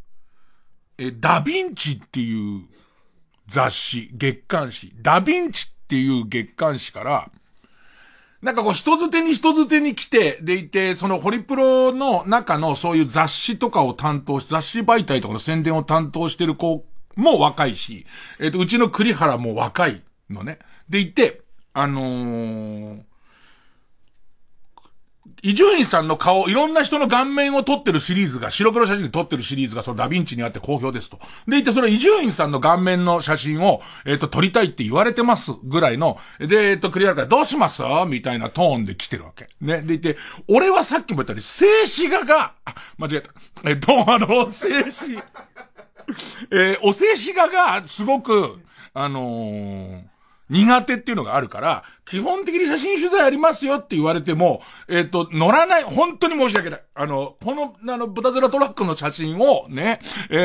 ィンチっていう雑誌、月刊誌、ダヴィンチっていう月刊誌から、なんかこう人づてに来て、でいて、そのホリプロの中のそういう雑誌とかを担当し、雑誌媒体とかの宣伝を担当してる子もう若いし、うちの栗原も若いのね。でいて、伊集院さんの顔、いろんな人の顔面を撮ってるシリーズが、白黒写真で撮ってるシリーズがそのダヴィンチにあって好評ですと。でいて、それ伊集院さんの顔面の写真を、撮りたいって言われてますぐらいの、で、栗原からどうしますみたいなトーンで来てるわけ。ね。でいて、俺はさっきも言ったように、静止画が、間違えた。静止、お静止画がすごく、苦手っていうのがあるから、基本的に写真取材ありますよって言われても、乗らない、本当に申し訳ない。この、ブタゼラトラックの写真をね、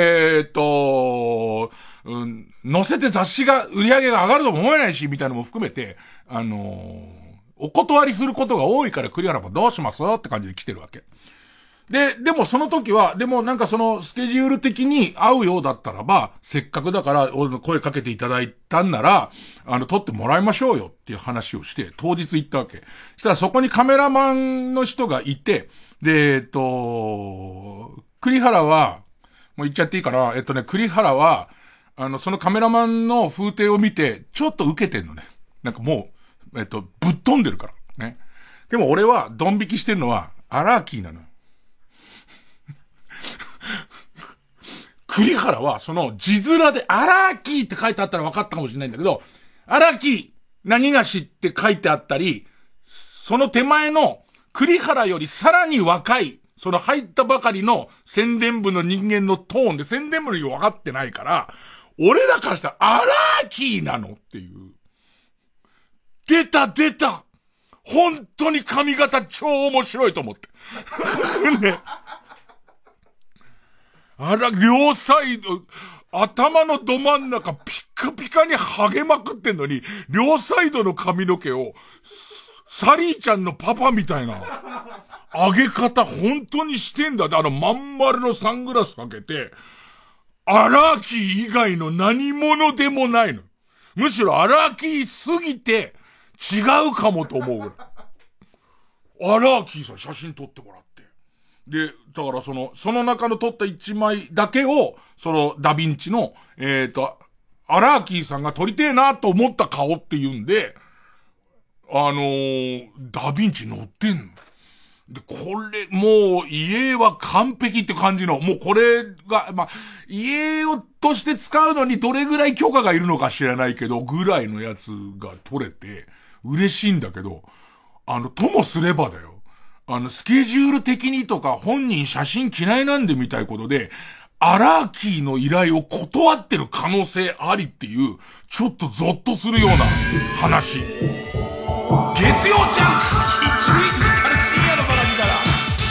載せて雑誌が、売り上げが上がるとも思えないし、みたいなのも含めて、お断りすることが多いから栗原もどうしますって感じで来てるわけ。でもその時は、でもなんかそのスケジュール的に合うようだったらば、せっかくだから声かけていただいたんなら、撮ってもらいましょうよっていう話をして、当日行ったわけ。したらそこにカメラマンの人がいて、で、栗原は、もう言っちゃっていいかな、栗原は、そのカメラマンの風景を見て、ちょっと受けてんのね。なんかもう、ぶっ飛んでるから。ね。でも俺は、ドン引きしてるのは、アラーキーなのよ。栗原は、その字面で、アラーキーって書いてあったら分かったかもしれないんだけど、アラーキー、何がしって書いてあったり、その手前の、栗原よりさらに若い、その入ったばかりの宣伝部の人間のトーンで宣伝部の人分かってないから、俺らからしたらアラーキーなのっていう。出た本当に髪型超面白いと思って。ね。両サイド、頭のど真ん中ピッカピカに剥げまくってんのに、両サイドの髪の毛を、サリーちゃんのパパみたいな、上げ方本当にしてんだ。で、まん丸のサングラスかけて、アラーキー以外の何者でもないの。むしろアラーキーすぎて、違うかもと思うぐらい。アラーキーさん写真撮ってもらって。で、だからその中の撮った一枚だけを、ダヴィンチの、アラーキーさんが撮りてえなと思った顔っていうんで、ダヴィンチ乗ってんの。で、これ、もう家は完璧って感じの、もうこれが、家をとして使うのにどれぐらい許可がいるのか知らないけど、ぐらいのやつが撮れて、嬉しいんだけど、ともすればだよ。スケジュール的にとか本人写真嫌いなんでみたいことで、アラーキーの依頼を断ってる可能性ありっていう、ちょっとゾッとするような話。月曜ジャンク一塁から深夜のバラジから。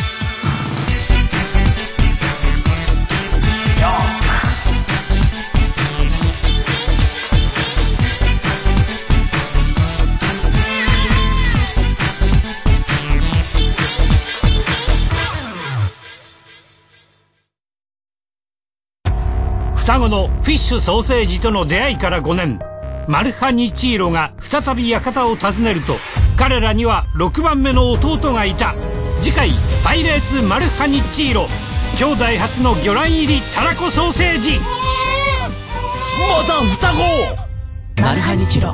双子のフィッシュソーセージとの出会いから5年、マルハニチーロが再び館を訪ねると、彼らには6番目の弟がいた。次回パイレーツマルハニチーロ、兄弟初の魚卵入りたらこソーセージ。 また双子。マルハニチロ。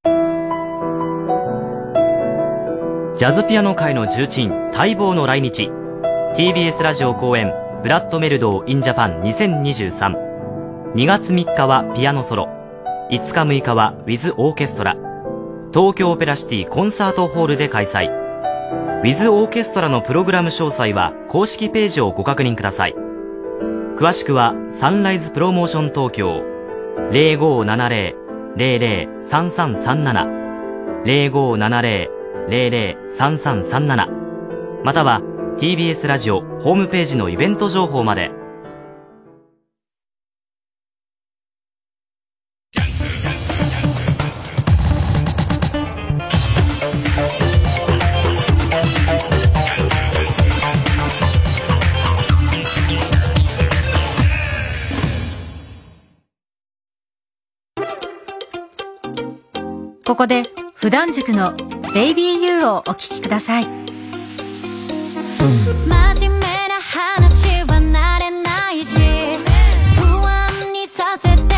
ジャズピアノ界の重鎮待望の来日。 TBS ラジオ公演ブラッドメルドー in Japan 2023。2月3日はピアノソロ、5日6日は With オーケストラ、東京オペラシティコンサートホールで開催。 With オーケストラのプログラム詳細は公式ページをご確認ください。詳しくはサンライズプロモーション東京 0570-003337 0570-003337 または TBS ラジオホームページのイベント情報まで。 ここで普段塾のベイビーユーをお聴きください。 真面目な話は慣れないし、不安にさせて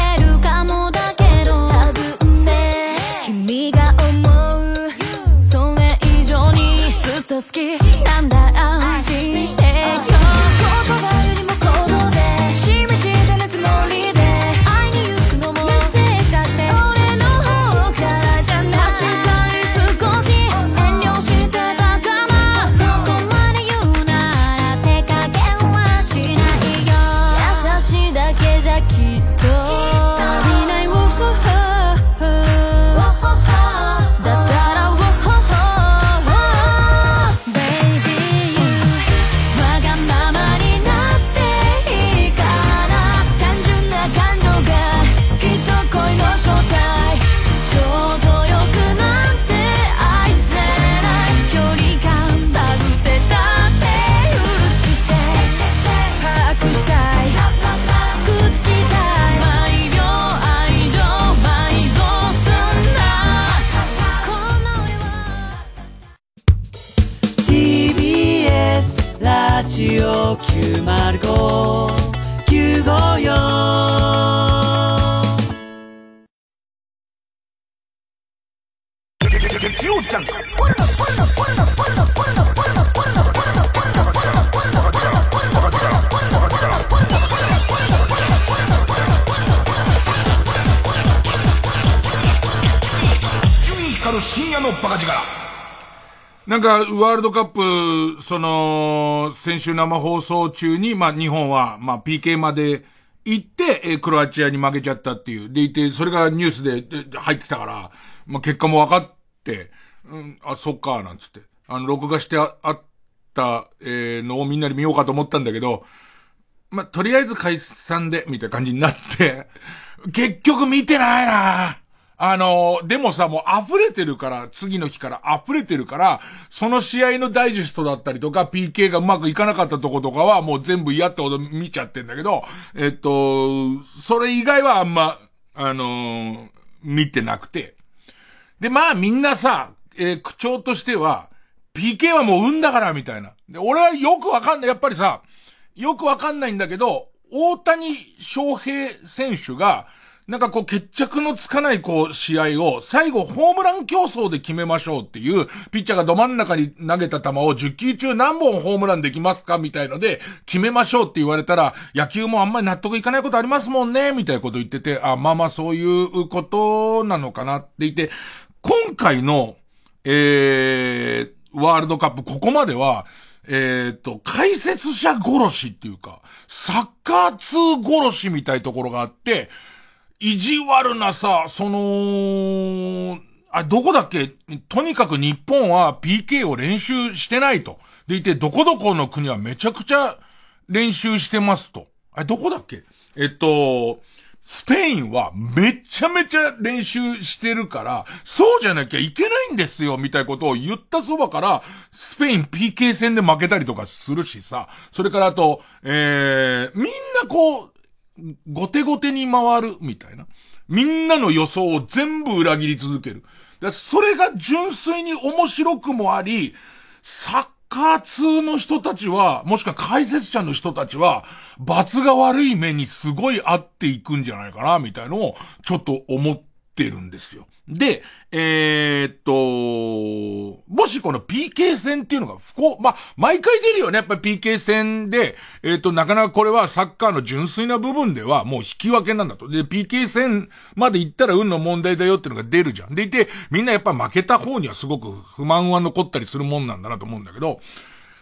月曜ジャンク。深夜のバカ力。なんか、ワールドカップ、先週生放送中に、日本は、PK まで行って、クロアチアに負けちゃったっていう。でいて、それがニュースで入ってきたから、結果も分かって、そっか、なんつって。録画してあった、のをみんなで見ようかと思ったんだけど、とりあえず解散で、みたいな感じになって、結局見てないなでもさ、もう溢れてるから、次の日から溢れてるから、その試合のダイジェストだったりとか、PK がうまくいかなかったとことかは、もう全部嫌ってほど見ちゃってんだけど、それ以外はあんま、見てなくて。で、みんなさ、口調としては、PK はもう運だから、みたいな。で、俺はよくわかんない。やっぱりさ、よくわかんないんだけど、大谷翔平選手が、なんか決着のつかない試合を最後ホームラン競争で決めましょうっていうピッチャーがど真ん中に投げた球を10球中何本ホームランできますかみたいので決めましょうって言われたら野球もあんまり納得いかないことありますもんねみたいなこと言っててそういうことなのかなって言って今回のワールドカップここまでは解説者殺しっていうかサッカー通殺しみたいなところがあって意地悪なさ、どこだっけ？とにかく日本は PK を練習してないと。でいて、どこどこの国はめちゃくちゃ練習してますと。どこだっけ？スペインはめちゃめちゃ練習してるから、そうじゃなきゃいけないんですよ、みたいなことを言ったそばから、スペイン PK 戦で負けたりとかするしさ、それからあと、みんな後手後手に回るみたいな。みんなの予想を全部裏切り続ける。それが純粋に面白くもあり、サッカー通の人たちは、もしくは解説者の人たちは、罰が悪い目にすごい合っていくんじゃないかな、みたいのをちょっと思ってるんですよ。で、もしこの PK 戦っていうのが毎回出るよね。やっぱり PK 戦で、なかなかこれはサッカーの純粋な部分ではもう引き分けなんだと。で、PK 戦まで行ったら運の問題だよっていうのが出るじゃん。でいて、みんなやっぱ負けた方にはすごく不満は残ったりするもんなんだなと思うんだけど、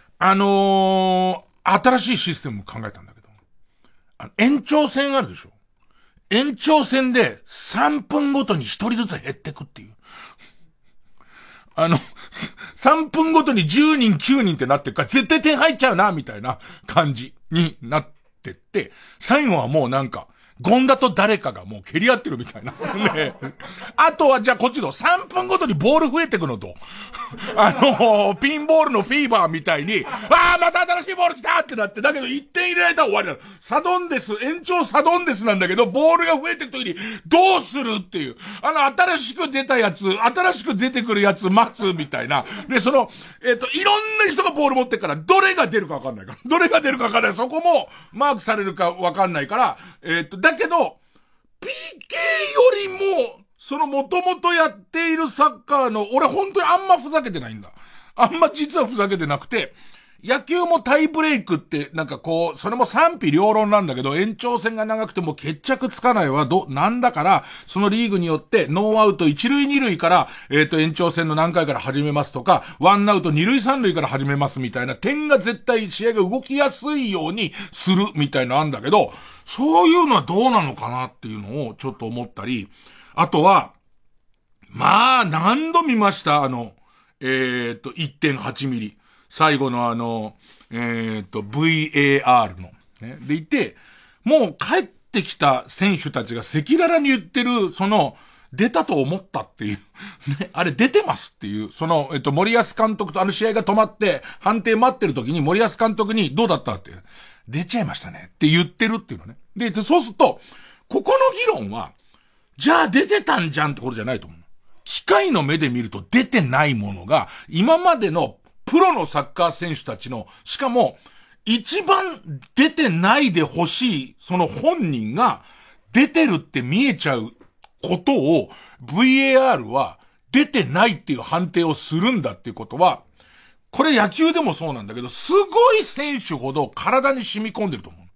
新しいシステムを考えたんだけど、延長戦あるでしょ。延長戦で3分ごとに1人ずつ減ってくっていう。3分ごとに10人9人ってなってるから絶対点入っちゃうな、みたいな感じになってって、最後はもうなんか、ゴンダと誰かがもう蹴り合ってるみたいな。ね。あとはじゃあこっちの3分ごとにボール増えてくのと。ピンボールのフィーバーみたいに、また新しいボール来たってなって、だけど1点入れられたら終わりなの。サドンデス、延長サドンデスなんだけど、ボールが増えてくときに、どうするっていう。新しく出たやつ、新しく出てくるやつ待つみたいな。で、いろんな人がボール持ってるから、どれが出るか分かんないから。どれが出るか分かんない。そこも、マークされるか分かんないから、だけど、PK よりも、元々やっているサッカーの、俺本当にあんまふざけてないんだ。あんま実はふざけてなくて、野球もタイブレイクって、それも賛否両論なんだけど、延長戦が長くても決着つかないはなんだから、そのリーグによって、ノーアウト1塁2塁から、延長戦の何回から始めますとか、ワンアウト2塁3塁から始めますみたいな、点が絶対試合が動きやすいようにするみたいなのあんだけど、そういうのはどうなのかなっていうのをちょっと思ったり、あとは、何度見ました1.8 ミリ。最後のVAR の。ね、でいて、もう帰ってきた選手たちが赤裸々に言ってる、出たと思ったっていう。ね、あれ出てますっていう。森保監督と試合が止まって、判定待ってる時に森保監督にどうだったって。出ちゃいましたねって言ってるっていうのね。で、そうすると、ここの議論は、じゃあ出てたんじゃんってことじゃないと思う。機械の目で見ると出てないものが、今までのプロのサッカー選手たちの、しかも、一番出てないでほしい、その本人が出てるって見えちゃうことを VAR は出てないっていう判定をするんだっていうことは、これ野球でもそうなんだけど、すごい選手ほど体に染み込んでると思う。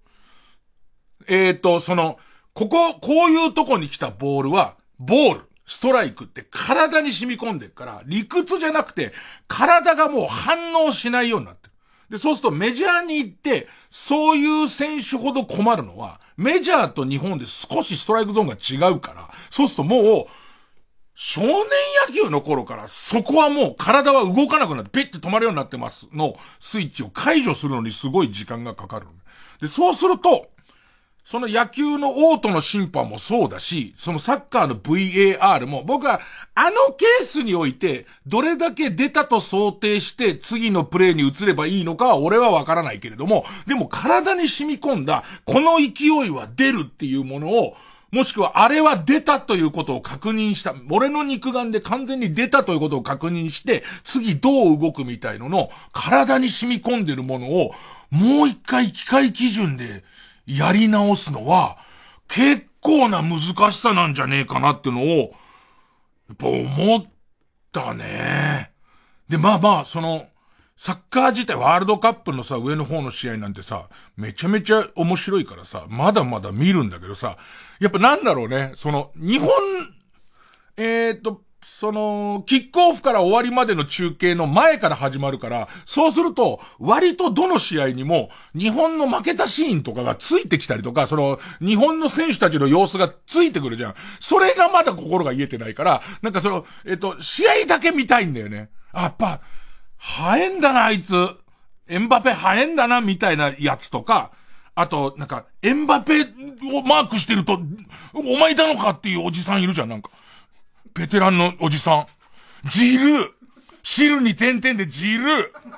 こういうとこに来たボールは、ボール、ストライクって体に染み込んでるから、理屈じゃなくて、体がもう反応しないようになってる。で、そうするとメジャーに行って、そういう選手ほど困るのは、メジャーと日本で少しストライクゾーンが違うから、そうするともう、少年野球の頃からそこはもう体は動かなくなってピッて止まるようになってますのスイッチを解除するのにすごい時間がかかる。で、そうすると、その野球のオートの審判もそうだし、そのサッカーの VAR も僕はあのケースにおいてどれだけ出たと想定して次のプレーに移ればいいのかは俺はわからないけれども、でも体に染み込んだこの勢いは出るっていうものを、もしくはあれは出たということを確認した。俺の肉眼で完全に出たということを確認して、次どう動くみたいの体に染み込んでるものをもう一回機械基準でやり直すのは結構な難しさなんじゃねえかなっていうのをやっぱ思ったね。で、サッカー自体ワールドカップのさ、上の方の試合なんてさ、めちゃめちゃ面白いからさ、まだまだ見るんだけどさ、やっぱなんだろうね、日本、キックオフから終わりまでの中継の前から始まるから、そうすると、割とどの試合にも、日本の負けたシーンとかがついてきたりとか、日本の選手たちの様子がついてくるじゃん。それがまだ心が癒えてないから、なんか試合だけ見たいんだよね。やっぱ、はえんだな、あいつ。エムバペはえんだな、みたいなやつとか、あと、なんか、エムバペをマークしてると、お前いたのかっていうおじさんいるじゃん、なんか。ベテランのおじさん。ジル汁に点々でジル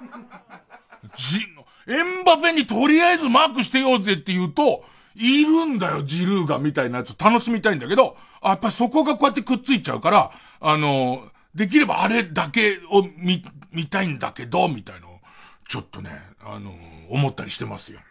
エムバペにとりあえずマークしてようぜって言うと、いるんだよ、ジルーがみたいなやつ楽しみたいんだけど、やっぱりそこがこうやってくっついちゃうから、できればあれだけを見たいんだけど、みたいな、ちょっとね、思ったりしてますよ。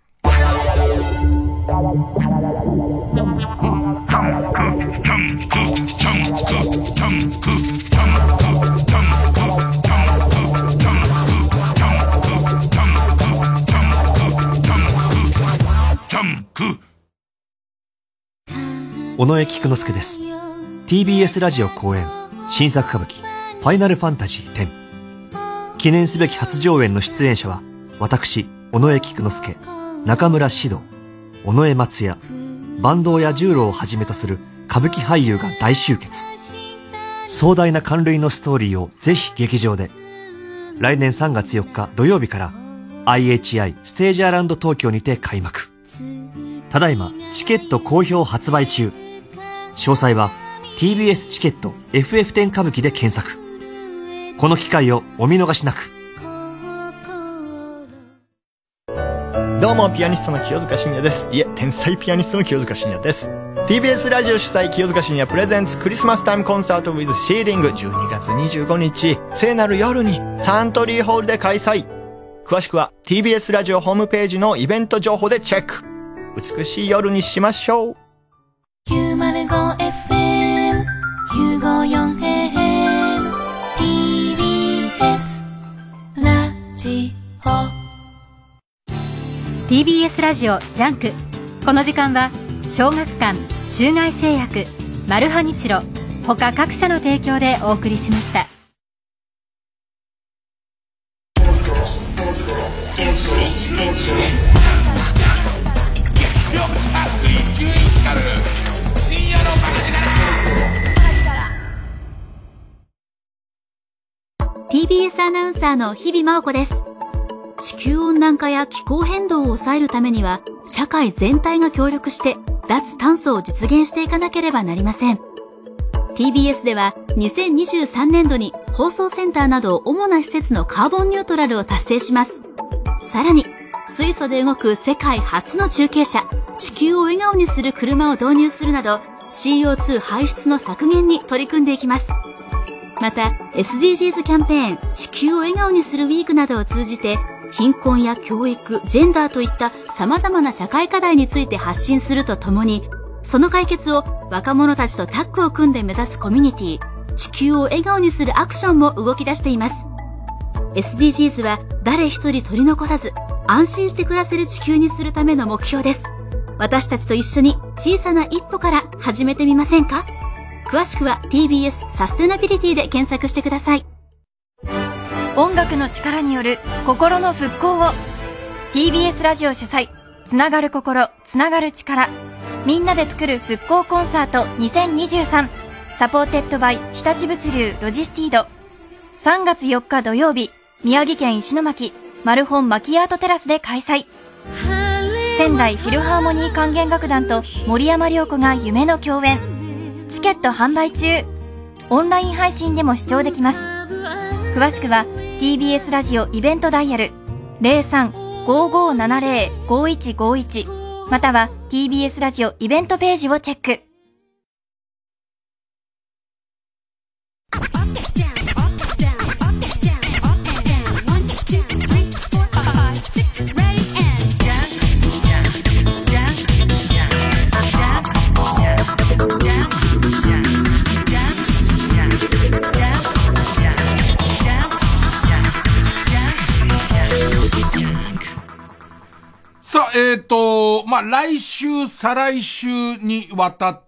尾上菊之助です。 TBS ラジオ公演新作歌舞伎ファイナルファンタジー10。記念すべき初上演の出演者は私尾上菊之助、中村獅童、尾上松也、坂東屋十郎をはじめとする歌舞伎俳優が大集結。壮大な感涙のストーリーをぜひ劇場で。来年3月4日土曜日から IHI ステージアラウンド東京にて開幕。ただいまチケット好評発売中。詳細は TBS チケット FF10 歌舞伎で検索。この機会をお見逃しなく。 どうもピアニストの清塚信也です。いえ、天才ピアニストの清塚信也です。 TBS ラジオ主催清塚信也プレゼンツクリスマスタイムコンサート with シーリング12月25日聖なる夜にサントリーホールで開催。詳しくは TBS ラジオホームページのイベント情報でチェック。美しい夜にしましょう。 905FM954AM TBS ラジオ TBS ラジオジャンク。この時間は小学館、中外製薬、マルハニチロ他各社の提供でお送りしました。 TBS アナウンサーの日々真央子です。地球温暖化や気候変動を抑えるためには社会全体が協力して脱炭素を実現していかなければなりません。 TBS では2023年度に放送センターなど主な施設のカーボンニュートラルを達成します。さらに水素で動く世界初の中継車、地球を笑顔にする車を導入するなど CO2 排出の削減に取り組んでいきます。また SDGs キャンペーン地球を笑顔にするウィークなどを通じて貧困や教育、ジェンダーといった様々な社会課題について発信するとともに、その解決を若者たちとタッグを組んで目指すコミュニティ地球を笑顔にするアクションも動き出しています。SDGs は誰一人取り残さず安心して暮らせる地球にするための目標です。私たちと一緒に小さな一歩から始めてみませんか？詳しくは TBS サステナビリティで検索してください。 音楽の力による心の復興を TBS ラジオ主催、つながる心、つながる力、みんなで作る復興コンサート2023、サポーテッドバイ日立物流ロジスティード。3月4日土曜日、宮城県石巻マルホンマキアートテラスで開催。仙台フィルハーモニー管弦楽団と森山良子が夢の共演。チケット販売中。オンライン配信でも視聴できます。詳しくは TBS ラジオイベントダイヤル 03-5570-5151 または TBS ラジオイベントページをチェック。 さあ、来週、再来週にわたって、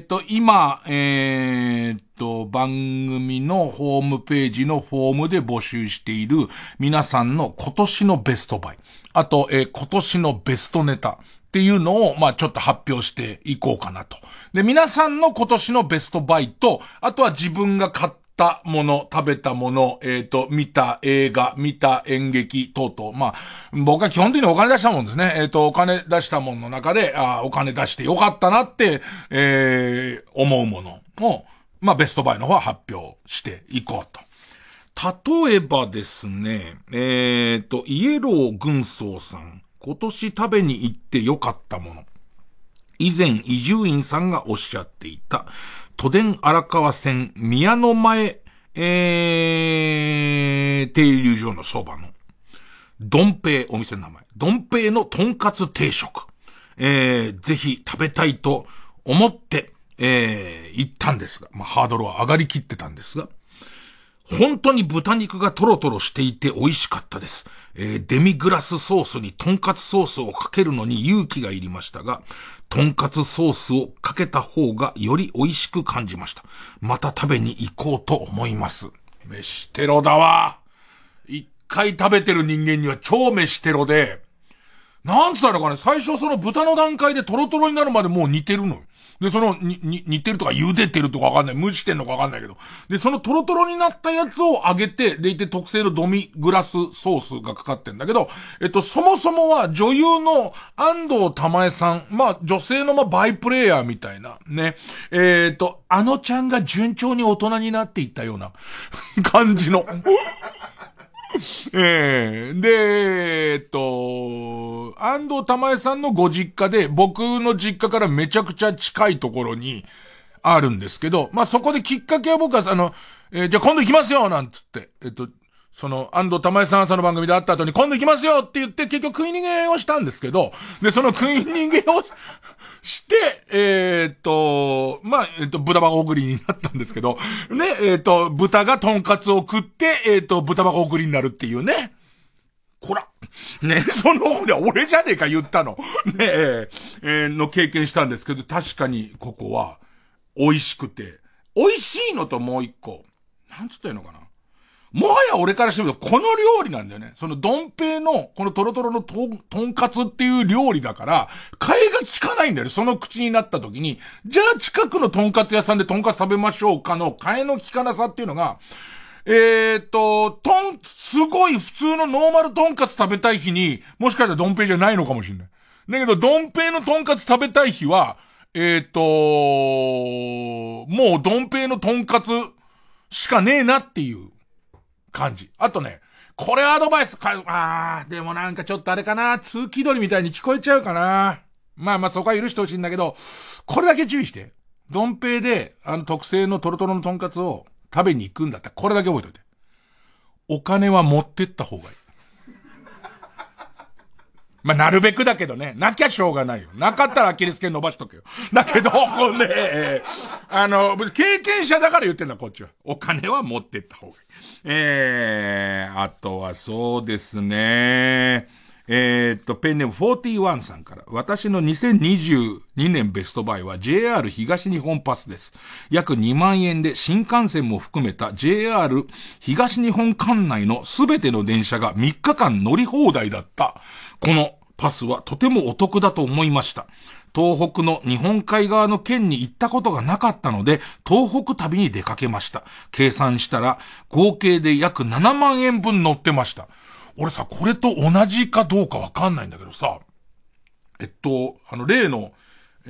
今、番組のホームページのフォームで募集している皆さんの今年のベストバイ。あと、今年のベストネタっていうのを、ちょっと発表していこうかなと。で、皆さんの今年のベストバイと、あとは自分が買ったもの、食べたもの、見た映画、見た演劇等々。僕は基本的にお金出したもんですね。お金出したものの中で、お金出してよかったなって、思うものを、ベストバイの方は発表していこうと。例えばですね、イエロー軍曹さん、今年食べに行ってよかったもの。以前、伊集院さんがおっしゃっていた、都電荒川線宮の前、停留所のそばの、どん兵衛、お店の名前、どん兵衛のとんかつ定食。ぜひ食べたいと思って、行ったんですが、ハードルは上がりきってたんですが、本当に豚肉がトロトロしていて美味しかったです。デミグラスソースにとんかつソースをかけるのに勇気がいりましたが、とんかつソースをかけた方がより美味しく感じました。また食べに行こうと思います。飯テロだわ。一回食べてる人間には超飯テロで、なんつったのかね、最初その豚の段階でトロトロになるまでもう煮てるのよ。で、煮てるとか茹でてるとかわかんない。蒸してんのかわかんないけど。で、そのトロトロになったやつを揚げて、でいて特製のドミグラスソースがかかってんだけど、そもそもは女優の安藤玉恵さん、女性のバイプレイヤーみたいな、ね。あのちゃんが順調に大人になっていったような感じの。で、安藤玉恵さんのご実家で、僕の実家からめちゃくちゃ近いところにあるんですけど、そこできっかけは僕はじゃあ今度行きますよなんつって、その安藤玉恵さん朝の番組で会った後に今度行きますよって言って結局食い逃げをしたんですけど、で、その食い逃げをして、豚バカ送りになったんですけど、ね、豚がトンカツを食って、豚バカ送りになるっていうね。こら。ね、俺じゃねえか言ったの。ね、の経験したんですけど、確かにここは、美味しくて、美味しいのともう一個、なんつったらいいのかな。もはや俺からしてみると、この料理なんだよね。そのドンペイの、このトロトロのトンカツっていう料理だから、替えが効かないんだよね。その口になった時に、じゃあ近くのトンカツ屋さんでトンカツ食べましょうかの替えの効かなさっていうのが、すごい普通のノーマルトンカツ食べたい日に、もしかしたらドンペイじゃないのかもしれない。だけど、ドンペイのトンカツ食べたい日は、もうドンペイのトンカツしかねえなっていう感じ。あとね、これアドバイスでもなんかちょっとあれかな、通気取りみたいに聞こえちゃうかな。そこは許してほしいんだけど、これだけ注意して。ドンペイで、特製のトロトロのトンカツを食べに行くんだったら、これだけ覚えておいて。お金は持ってった方がいい。 まあ、なるべくだけどね。なきゃしょうがないよ。なかったらアキレス腱伸ばしとけよ。だけど、ね、経験者だから言ってんだ、こっちは。お金は持ってった方がいい。あとはそうですね。ペンネーム41さんから。私の2022年ベストバイは JR 東日本パスです。約2万円で新幹線も含めた JR 東日本管内のすべての電車が3日間乗り放題だった。このパスはとてもお得だと思いました。東北の日本海側の県に行ったことがなかったので、東北旅に出かけました。計算したら合計で約7万円分乗ってました。俺さ、これと同じかどうかわかんないんだけどさ、例の、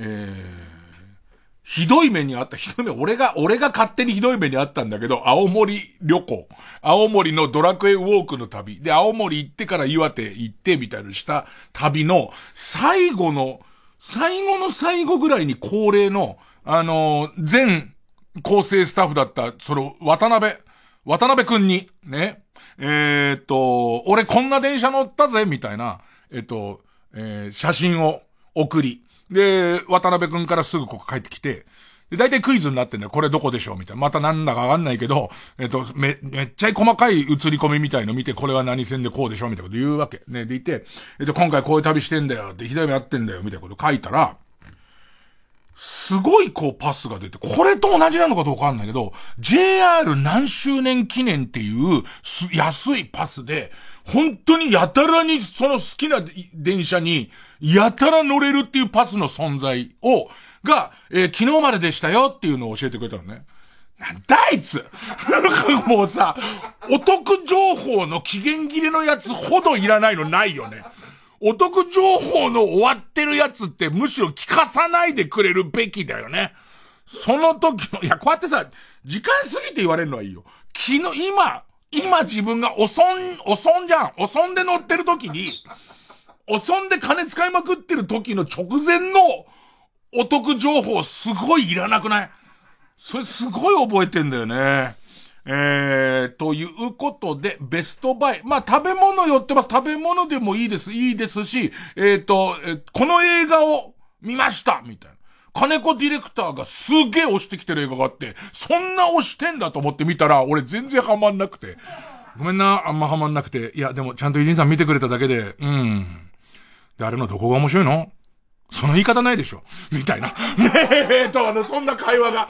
ひどい目にあった、俺が勝手にひどい目にあったんだけど、青森旅行。青森のドラクエウォークの旅。で、青森行ってから岩手行ってみたいなした旅の、最後の最後ぐらいに恒例の、全構成スタッフだった、渡辺くんに、ね、俺こんな電車乗ったぜ、みたいな、写真を送り、で、渡辺くんからすぐここ帰ってきて、で、大体クイズになってんだよ。これどこでしょうみたいな。またなんだかわかんないけど、めっちゃ細かい映り込みみたいの見て、これは何線でこうでしょみたいなこと言うわけ。ね、でいて、今回こういう旅してんだよって、ひどい目あってんだよ、みたいなこと書いたら、すごいパスが出て、これと同じなのかどうかわかんないけど、JR 何周年記念っていう安いパスで、本当にやたらにその好きな電車に、やたら乗れるっていうパスの存在が、昨日まででしたよっていうのを教えてくれたのね。なんだあいつもうさ、お得情報の期限切れのやつほどいらないのないよね。お得情報の終わってるやつってむしろ聞かさないでくれるべきだよね。その時の、いや、こうやってさ、時間過ぎて言われるのはいいよ。今自分がお損で乗ってる時に、お損で金使いまくってる時の直前のお得情報すごいいらなくない？それすごい覚えてんだよね。ということで、ベストバイ。まあ、食べ物寄ってます。食べ物でもいいです。いいですし、この映画を見ましたみたいな。金子ディレクターがすげえ押してきてる映画があって、そんな押してんだと思って見たら、俺全然ハマんなくて。ごめんな、あんまハマんなくて。いや、でもちゃんとイジンさん見てくれただけで、で、あれのどこが面白いの？その言い方ないでしょみたいな。ねそんな会話が、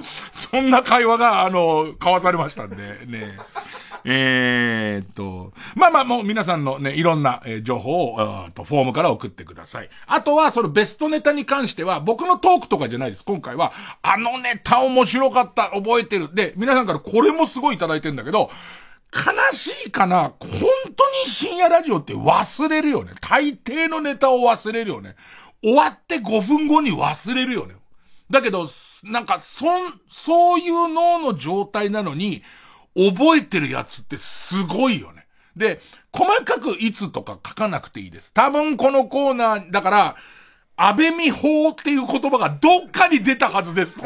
交わされましたんで、ね。まあもう皆さんのね、いろんな情報を、フォームから送ってください。あとは、そのベストネタに関しては、僕のトークとかじゃないです。今回は、あのネタ面白かった、覚えてる。で、皆さんからこれもすごいいただいてんだけど、悲しいかな、本当に深夜ラジオって忘れるよね。大抵のネタを忘れるよね。終わって5分後に忘れるよね。だけど、なんか、そういう脳の状態なのに、覚えてるやつってすごいよね。で、細かくいつとか書かなくていいです。多分このコーナー、だから、安倍美法っていう言葉がどっかに出たはずですと。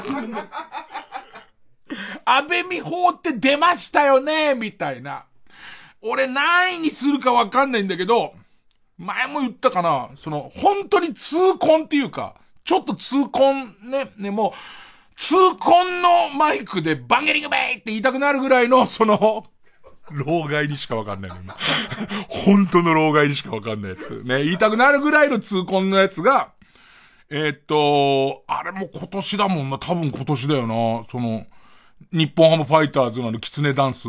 安倍美法って出ましたよねみたいな。俺何位にするかわかんないんだけど、前も言ったかな、本当に痛恨っていうか、ちょっと痛恨ね、もう、痛恨のマイクでバンゲリングベイって言いたくなるぐらいの、老害にしかわかんないの今。本当の老害にしかわかんないやつ。ね、言いたくなるぐらいの痛恨のやつが、あれも今年だもんな、多分今年だよな、日本ハムファイターズのキツネダンス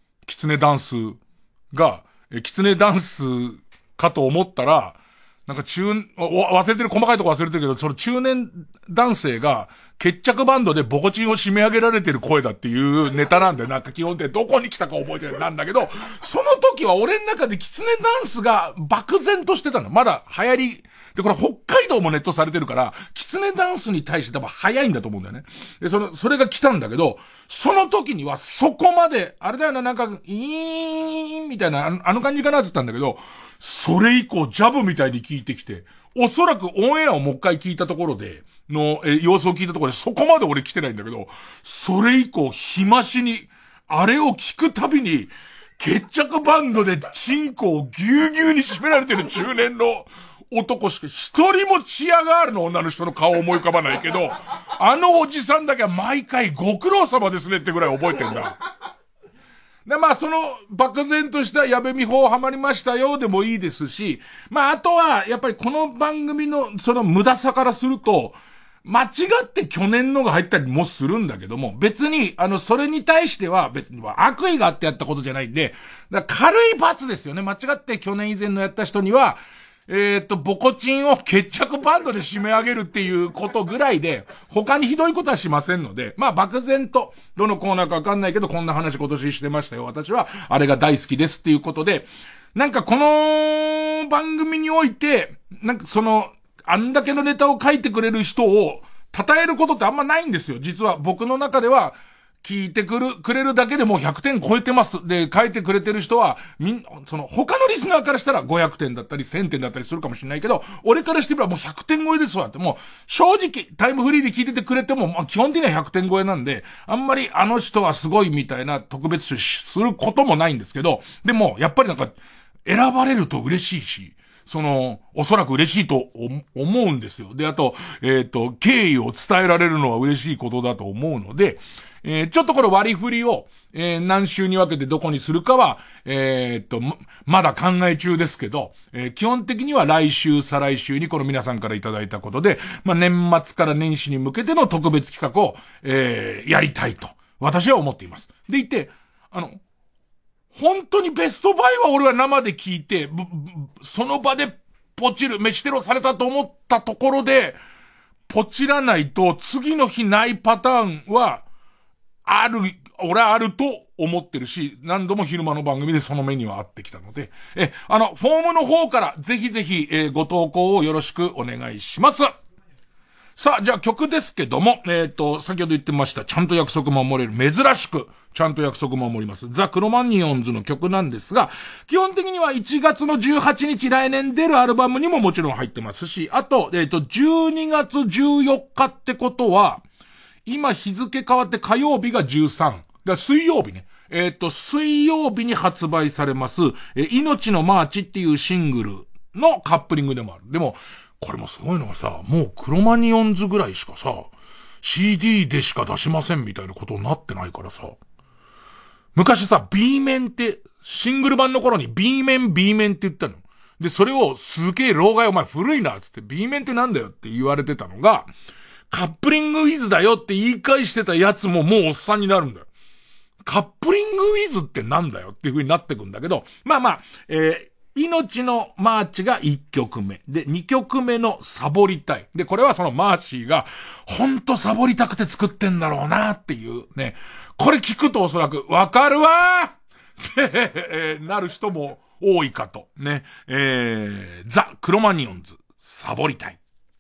が、キツネダンスかと思ったら、なんか忘れてる、細かいとこ忘れてるけど、その中年男性が、決着バンドでボコチンを締め上げられてる声だっていうネタなんで、なんか基本的にどこに来たか覚えてないなんだけど、その時は俺の中でキツネダンスが漠然としてたの。まだ流行り、で、これ北海道もネットされてるから、キツネダンスに対して多分早いんだと思うんだよね。で、それが来たんだけど、その時にはそこまで、あれだよな、なんか、みたいな、あの感じかなって言ったんだけど、それ以降ジャブみたいに聞いてきて、おそらくオンエアをもう一回聞いたところで、様子を聞いたところでそこまで俺来てないんだけど、それ以降、日増しに、あれを聞くたびに、 決着バンドでチンコをぎゅうぎゅうに締められてる中年の男しか一人もチアガールの女の人の顔を思い浮かばないけど、あのおじさんだけは毎回ご苦労様ですねってぐらい覚えてんだ。で、まあその漠然とした矢部美穂ハマりましたよでもいいですし、まああとはやっぱりこの番組のその無駄さからすると、間違って去年のが入ったりもするんだけども、別に、それに対しては別には悪意があってやったことじゃないんで、だから軽い罰ですよね。間違って去年以前のやった人には、ボコチンを決着バンドで締め上げるっていうことぐらいで、他にひどいことはしませんので、まあ漠然と、どのコーナーかわかんないけど、こんな話今年してましたよ。私は、あれが大好きですっていうことで、なんかこの番組において、なんかあんだけのネタを書いてくれる人を称えることってあんまないんですよ。実は僕の中では聞いてくれるだけでもう100点超えてます。で、書いてくれてる人は他のリスナーからしたら500点だったり1000点だったりするかもしれないけど、俺からしてみればもう100点超えですわって、もう正直タイムフリーで聞いててくれても、まあ基本的には100点超えなんで、あんまりあの人はすごいみたいな特別視することもないんですけど、でもやっぱりなんか選ばれると嬉しいし、おそらく嬉しいと思うんですよ。で、あと、敬意を伝えられるのは嬉しいことだと思うので、ちょっとこれ割り振りを、何週に分けてどこにするかは、まだ考え中ですけど、基本的には来週、再来週にこの皆さんからいただいたことで、まあ、年末から年始に向けての特別企画を、やりたいと、私は思っています。でいて、本当にベストバイは俺は生で聞いて、その場でポチる、飯テロされたと思ったところで、ポチらないと次の日ないパターンは、俺はあると思ってるし、何度も昼間の番組でその目にはあってきたので、フォームの方からぜひぜひ、ご投稿をよろしくお願いします。さあ、じゃあ曲ですけども、先ほど言ってました、ちゃんと約束守れる、珍しく、ちゃんと約束守ります。ザ・クロマニヨンズの曲なんですが、基本的には1月の18日来年出るアルバムにももちろん入ってますし、あと、12月14日ってことは、今日付変わって火曜日が13。だ水曜日ね。水曜日に発売されます、命のマーチっていうシングルのカップリングでもある。でも、これもすごいのがさ、もうクロマニヨンズぐらいしかさ、CD でしか出しませんみたいなことになってないからさ、昔さ、B 面って、シングル版の頃に B 面って言ったの。で、それをすげえ老害お前古いな、つって B 面ってなんだよって言われてたのが、カップリングウィズだよって言い返してたやつももうおっさんになるんだよ。カップリングウィズってなんだよっていう風になってくんだけど、まあまあ、命のマーチが1曲目。で、2曲目のサボりたい。で、これはそのマーシーが、ほんとサボりたくて作ってんだろうなっていうね。これ聞くとおそらく、わかるわーってなる人も多いかと。ね。ザ・クロマニヨンズ、サボりたい。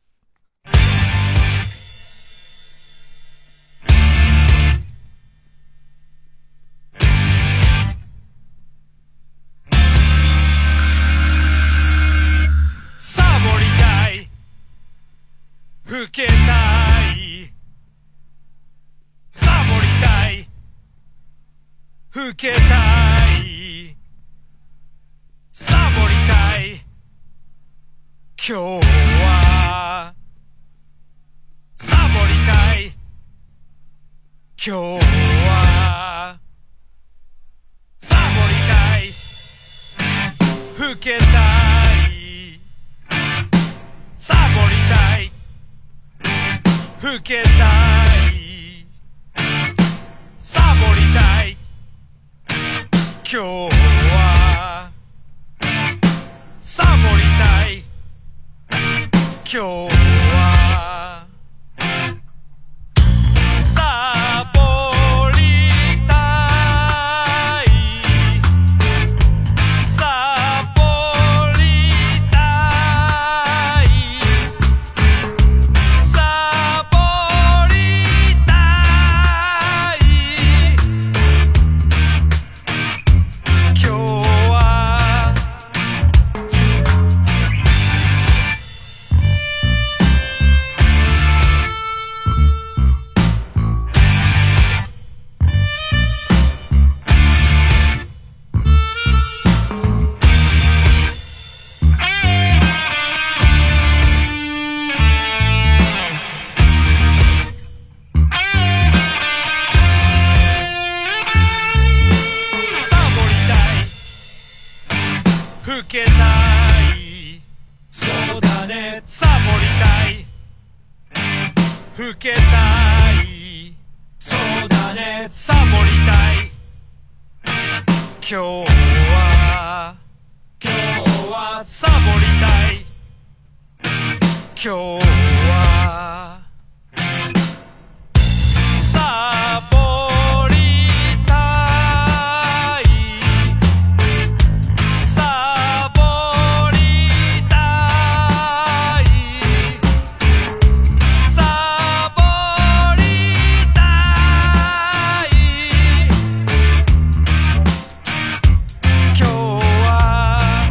老けたいサボりたい老けたいサボりたい今日はサボりたい今日はサボりたい老けたいサボりたい老けたいサボりたい今日はサボりたい今日はサボりたいサボりたいサボりサボりたい今日はサボりたい今日はサボりたいサボりたいサボりたい今日は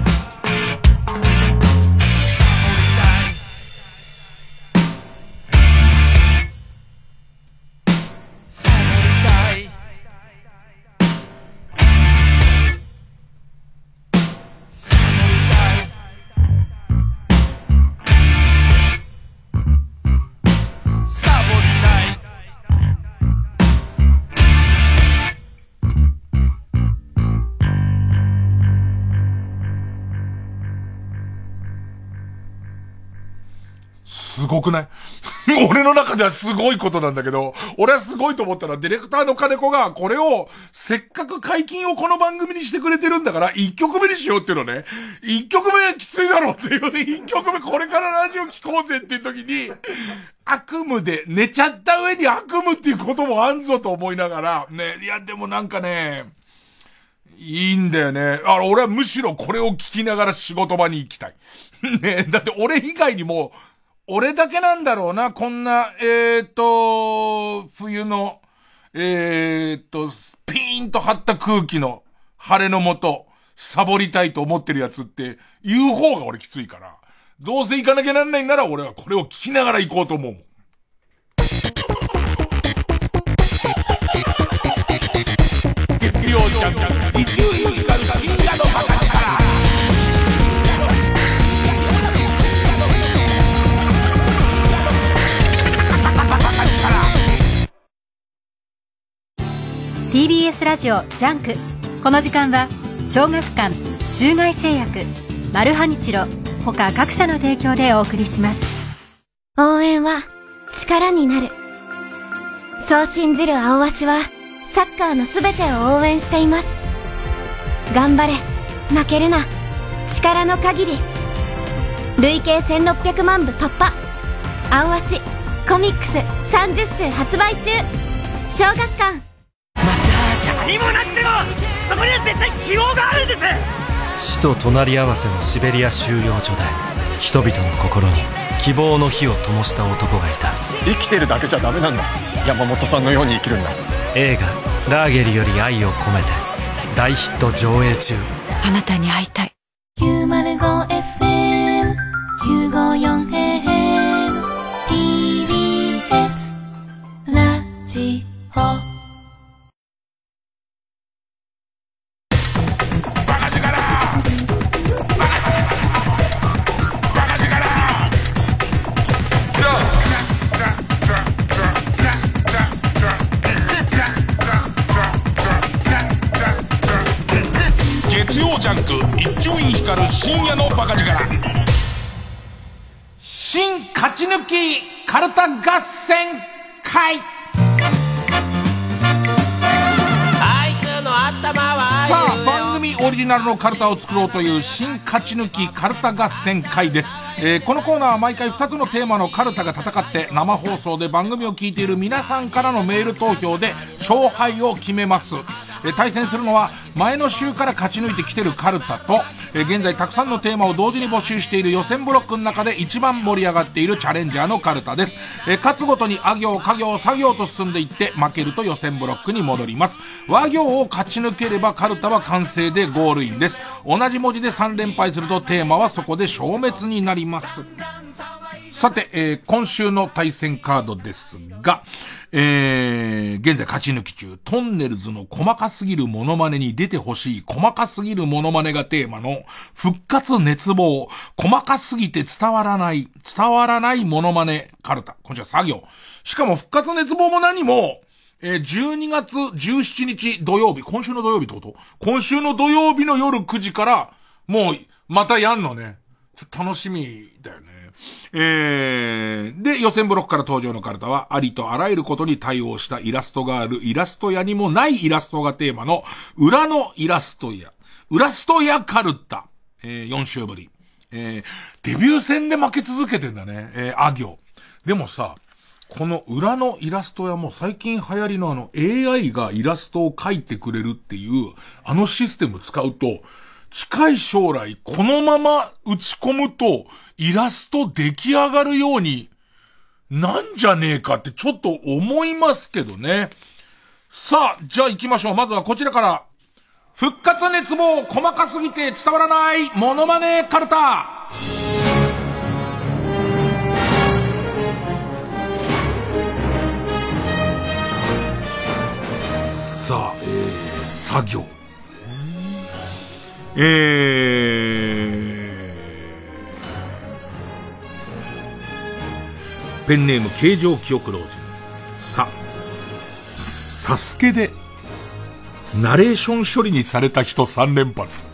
すごくない？俺の中ではすごいことなんだけど、俺はすごいと思ったらディレクターの金子がこれをせっかく解禁をこの番組にしてくれてるんだから1曲目にしようっていうのね。1曲目はきついだろうっていう1曲目これからラジオ聴こうぜっていう時に悪夢で寝ちゃった上に悪夢っていうこともあんぞと思いながらね。いやでもなんかね、いいんだよね。俺はむしろこれを聞きながら仕事場に行きたい。ね、だって俺以外にも俺だけなんだろうな、こんな、冬の、ピーンと張った空気の晴れの下、サボりたいと思ってるやつって、言う方が俺きついから、どうせ行かなきゃなんないんなら俺はこれを聞きながら行こうと思うもん。月曜ジャンク、伊集院光る深夜のバカ力。 TBS ラジオジャンク。この時間は小学館、中外製薬、マルハニチロ他各社の提供でお送りします。 応援は力になる。そう信じる青鷲はサッカーのすべてを応援しています。頑張れ、負けるな、力の限り。累計1600万部突破。青鷲コミックス30週発売中。小学館。 何もなくてもそこには絶対希望があるんです。 死と隣り合わせのシベリア収容所で人々の心に希望の火を灯した男がいた。 生きてるだけじゃダメなんだ。山本さんのように生きるんだ。 映画ラーゲリより愛を込めて大ヒット上映中。 あなたに会いたい。 905FM 954AM TBS ラジオ。 ジャンク一集院光る深夜のバカ力。新勝ち抜きカルタ合戦会。 あいつの頭はさあ、番組オリジナルのカルタを作ろうという新勝ち抜きカルタ合戦会です。このコーナーは毎回2つのテーマのカルタが戦って生放送で番組を聞いている皆さんからのメール投票で勝敗を決めます。対戦するのは前の週から勝ち抜いてきてるカルタと、現在たくさんのテーマを同時に募集している予選ブロックの中で一番盛り上がっているチャレンジャーのカルタです。勝つごとにあ行、家行、作業と進んでいって、負けると予選ブロックに戻ります。和行を勝ち抜ければカルタは完成でゴールインです。同じ文字で3連敗するとテーマはそこで消滅になります。さて、今週の対戦カードですが、現在勝ち抜き中、トンネルズの細かすぎるモノマネに出てほしい細かすぎるモノマネがテーマの復活熱望、細かすぎて伝わらないモノマネカルタ。今週は作業。しかも復活熱望も何も、12月17日土曜日、今週の土曜日ってこと？今週の土曜日の夜9時から、もう、またやんのね。ちょっと楽しみだよね。 で、予選ブロックから登場のカルタは、ありとあらゆることに対応したイラストがあるイラスト屋にもないイラストがテーマの裏のイラスト屋。イラスト屋カルタ。4週ぶり。デビュー戦で負け続けてんだね。あ行。でもさ、この裏のイラスト屋も最近流行りのAI がイラストを描いてくれるっていうシステム使うと、近い将来このまま打ち込むとイラスト出来上がるようになんじゃねえかってちょっと思いますけどね。さあ、じゃあ行きましょう。まずはこちらから。復活熱望細かすぎて伝わらないモノマネカルタ。さあ、作業。ペンネーム形状記憶老人。サスケでナレーション処理にされた人3連発。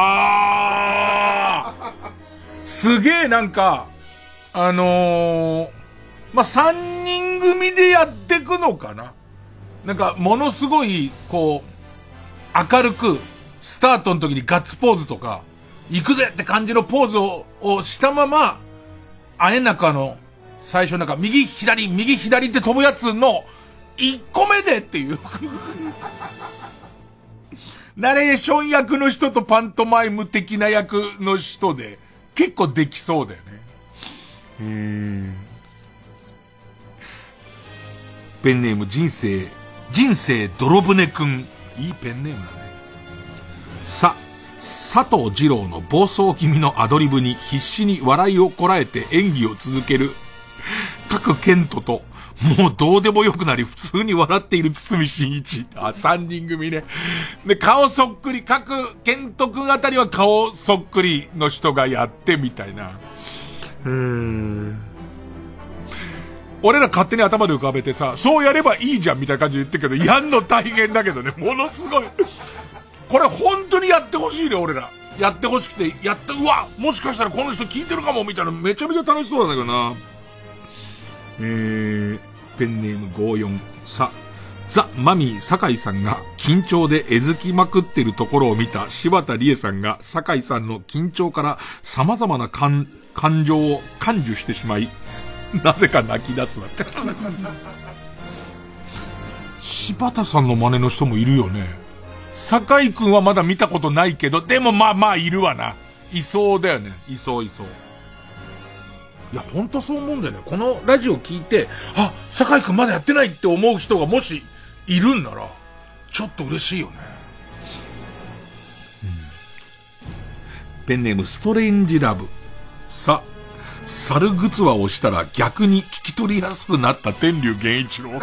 すげえなんか3人組でやってくのかな。なんかものすごいこう明るくスタートの時にガッツポーズとか行くぜって感じのポーズをしたまま、あえなかの最初なんか右左って飛ぶやつの1個目でっていうナレーション役の人とパントマイム的な役の人で結構できそうだよね。ペンネーム人生泥船くん。いいペンネームだね。佐藤二郎の暴走気味のアドリブに必死に笑いをこらえて演技を続ける各健人と、もうどうでもよくなり普通に笑っている堤真一。3人組ね。で、顔そっくり、各健人くんあたりは顔そっくりの人がやってみたいな。俺ら勝手に頭で浮かべてさ、そうやればいいじゃんみたいな感じで言ってるけど、やんの大変だけどね、ものすごい。これ本当にやってほしいね、俺ら。やってほしくて、うわ、もしかしたらこの人聞いてるかもみたいな、めちゃめちゃ楽しそうなんだけどな。ペンネーム54。ザ・マミー酒井さんが緊張でえずきまくってるところを見た柴田理恵さんが酒井さんの緊張から様々な感情を感受してしまい、なぜか泣き出すだって。柴田さんの真似の人もいるよね。酒井くんはまだ見たことないけど、でもまあいるわな。いそうだよね。いそう。いや、ほんとそう思うんだよね。このラジオ聞いて、あ、酒井くんまだやってないって思う人がもしいるんなら、ちょっと嬉しいよね。ペンネームストレンジラブ。猿グツワをしたら逆に聞き取りやすくなった天竜源一郎。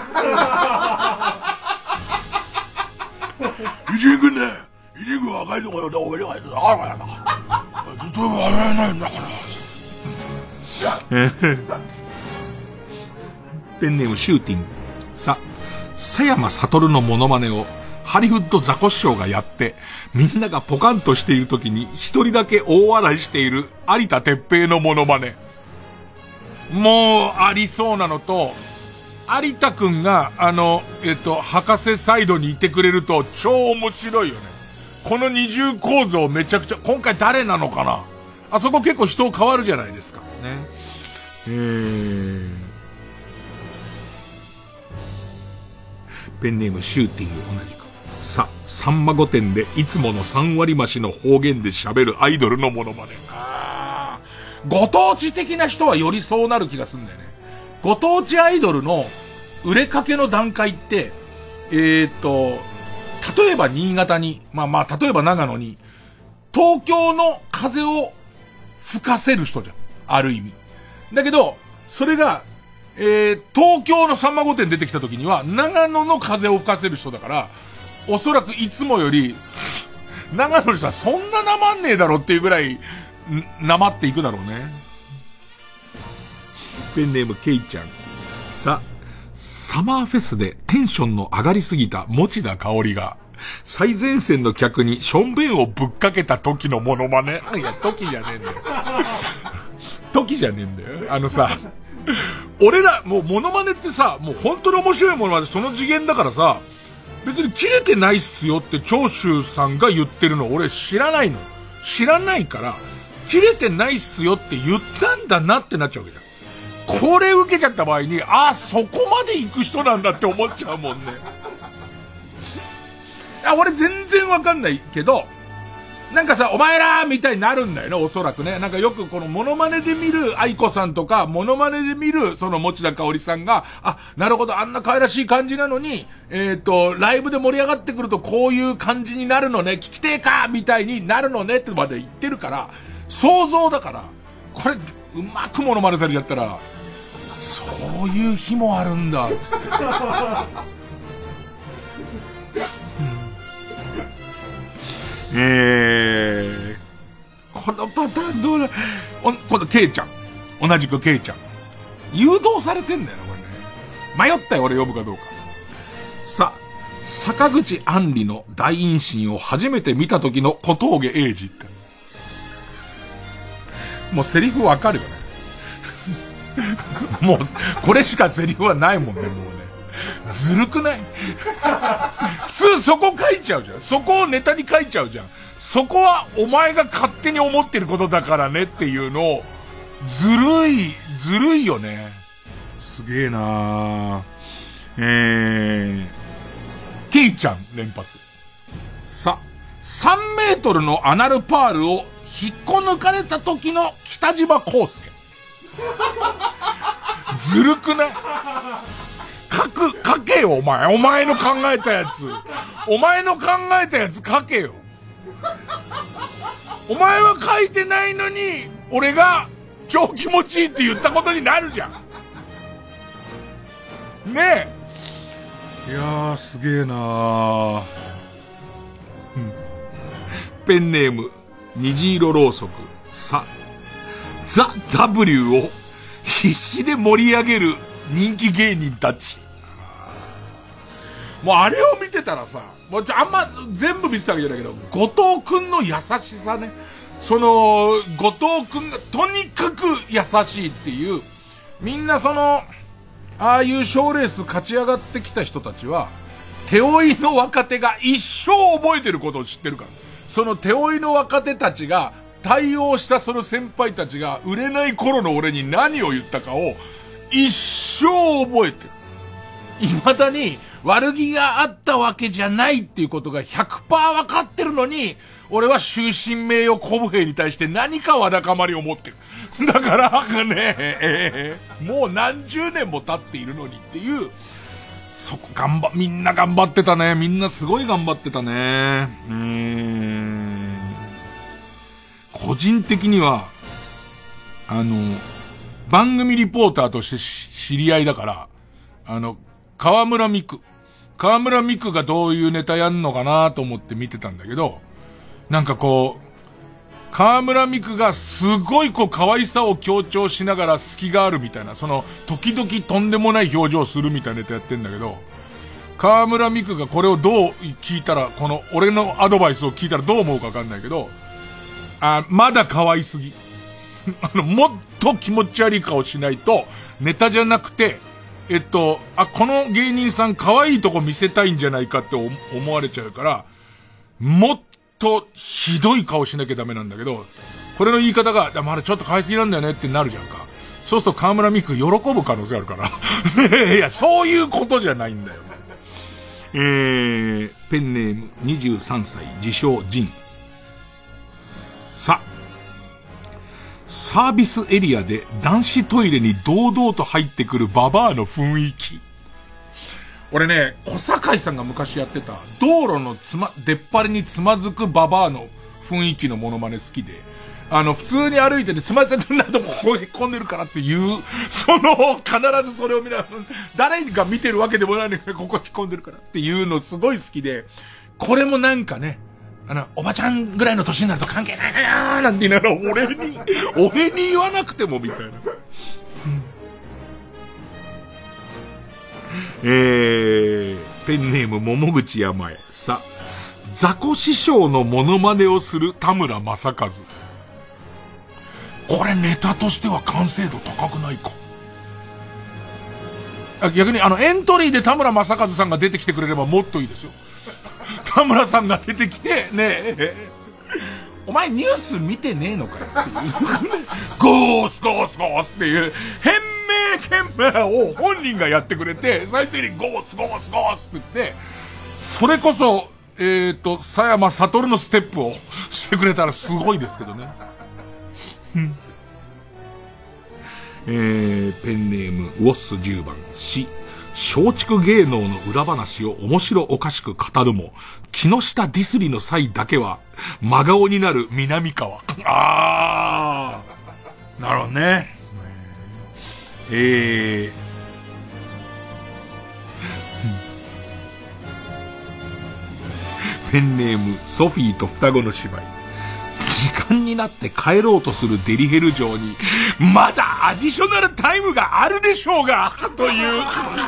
一くんね、一くん若いところでおめでとう。ずっと笑えないんだから。ペンネームシューティング。佐山悟のモノマネをハリウッドザコシショウがやって、みんながポカンとしている時に一人だけ大笑いしている有田哲平のモノマネ。もうありそうなのと、有田くんが博士サイドにいてくれると超面白いよね。この二重構造めちゃくちゃ、今回誰なのかな。あそこ結構人変わるじゃないですかね。ペンネームシューティング同じく。さんま御殿でいつもの3割増しの方言で喋るアイドルのモノマネ。ご当地的な人はよりそうなる気がするんだよね。ご当地アイドルの売れかけの段階って、例えば新潟に、例えば長野に、東京の風を吹かせる人じゃん。ある意味。だけど、それが、東京のさんま御殿出てきた時には、長野の風を吹かせる人だから、おそらくいつもより、長野の人はそんななまんねえだろっていうぐらい、なまっていくだろうね。ペンネームケイちゃん。サマーフェスでテンションの上がりすぎた持田香織が、最前線の客にションベンをぶっかけた時のモノマネ。いや、時じゃねえんだよ。 時じゃねえんだよ。さ、俺ら、もうモノマネってさ、もう本当に面白いものまでその次元だからさ、別に切れてないっすよって長州さんが言ってるの俺知らないの。知らないから、切れてないっすよって言ったんだなってなっちゃうわけじゃん。これ受けちゃった場合に、そこまで行く人なんだって思っちゃうもんね。俺全然わかんないけど、なんかさ、お前らみたいになるんだよね、おそらくね。なんかよくこのモノマネで見る愛子さんとか、モノマネで見るその持田香織さんが、なるほど、あんな可愛らしい感じなのに、ライブで盛り上がってくるとこういう感じになるのね、聞きてえかみたいになるのねってまで言ってるから、想像だから、これ、うまくモノマネされちゃったら、そういう日もあるんだ、つって。このパターンどうだ、今度ケイちゃん。同じくケイちゃん。誘導されてんだよな、これね。迷ったよ、俺呼ぶかどうか。さ、坂口杏里の大陰唇を初めて見た時の小峠英二って。もうセリフわかるよね。もう、これしかセリフはないもんね、もうね。ずるくない？普通そこ書いちゃうじゃん。そこをネタに書いちゃうじゃん。そこはお前が勝手に思ってることだからねっていうのを、ずるいよね。すげえなぁ。ケイちゃん連発。さ、3メートルのアナルパールを引っこ抜かれた時の北島康介。ずるくない？書けよ、お前。お前の考えたやつ。お前の考えたやつ書けよ。お前は書いてないのに、俺が超気持ちいいって言ったことになるじゃん。ねえ。いやー、すげえなー。ペンネーム、虹色ろうそく。さ、ザ・ W を必死で盛り上げる人気芸人たち。もうあれを見てたらさ、もうあんま全部見てたわけじゃないけど、後藤くんの優しさね。その、後藤くんがとにかく優しいっていう、みんなその、ああいう賞レース勝ち上がってきた人たちは、手負いの若手が一生覚えてることを知ってるから。その手負いの若手たちが、対応したその先輩たちが売れない頃の俺に何を言ったかを一生覚えてる。未だに悪気があったわけじゃないっていうことが 100% 分かってるのに、俺は終身名誉小武兵に対して何かわだかまりを持ってる。だからね、もう何十年も経っているのにっていう、そこみんな頑張ってたね。みんなすごい頑張ってたね。個人的には、番組リポーターとして知り合いだから、河村美久がどういうネタやんのかなと思って見てたんだけど、なんかこう、河村美久がすごいこう可愛さを強調しながら隙があるみたいな、その時々とんでもない表情をするみたいなネタやってんだけど、河村美久がこれをどう聞いたら、この俺のアドバイスを聞いたらどう思うかわかんないけど、まだ可愛すぎ。もっと気持ち悪い顔しないと、ネタじゃなくて、この芸人さん可愛いとこ見せたいんじゃないかって思われちゃうから、もっとひどい顔しなきゃダメなんだけど、これの言い方が、まだちょっと可愛すぎなんだよねってなるじゃんか。そうすると河村美久喜ぶ可能性あるから。いや、そういうことじゃないんだよ。ペンネーム23歳、自称ジン。サービスエリアで男子トイレに堂々と入ってくるババアの雰囲気。俺ね、小堺さんが昔やってた道路の出っ張りにつまずくババアの雰囲気のモノマネ好きで、普通に歩いててつまずいてるんだとここへ込んでるからっていう、必ずそれを見ながら、誰が見てるわけでもないのにここへ込んでるからっていうのすごい好きで、これもなんかね、おばちゃんぐらいの年になると関係ないなーなんて言いながら俺に言わなくてもみたいな。ペンネーム桃口山へ。ザコ師匠のモノマネをする田村正和。 これネタとしては完成度高くないか。逆にエントリーで田村正和さんが出てきてくれればもっといいですよ。田村さんが出てきて、ねえ、お前ニュース見てねえのかよっていうゴースゴースゴースっていう変名を本人がやってくれて、最終的にゴースゴースゴースって言って、それこそ佐山悟のステップをしてくれたらすごいですけどね。ペンネームウォッス10番し、松竹芸能の裏話を面白おかしく語るも、木下ディスりの際だけは真顔になる南川。あー、なるほどね。ペンネームソフィーと双子の姉妹。時間になって帰ろうとするデリヘル城にまだアディショナルタイムがあるでしょうがという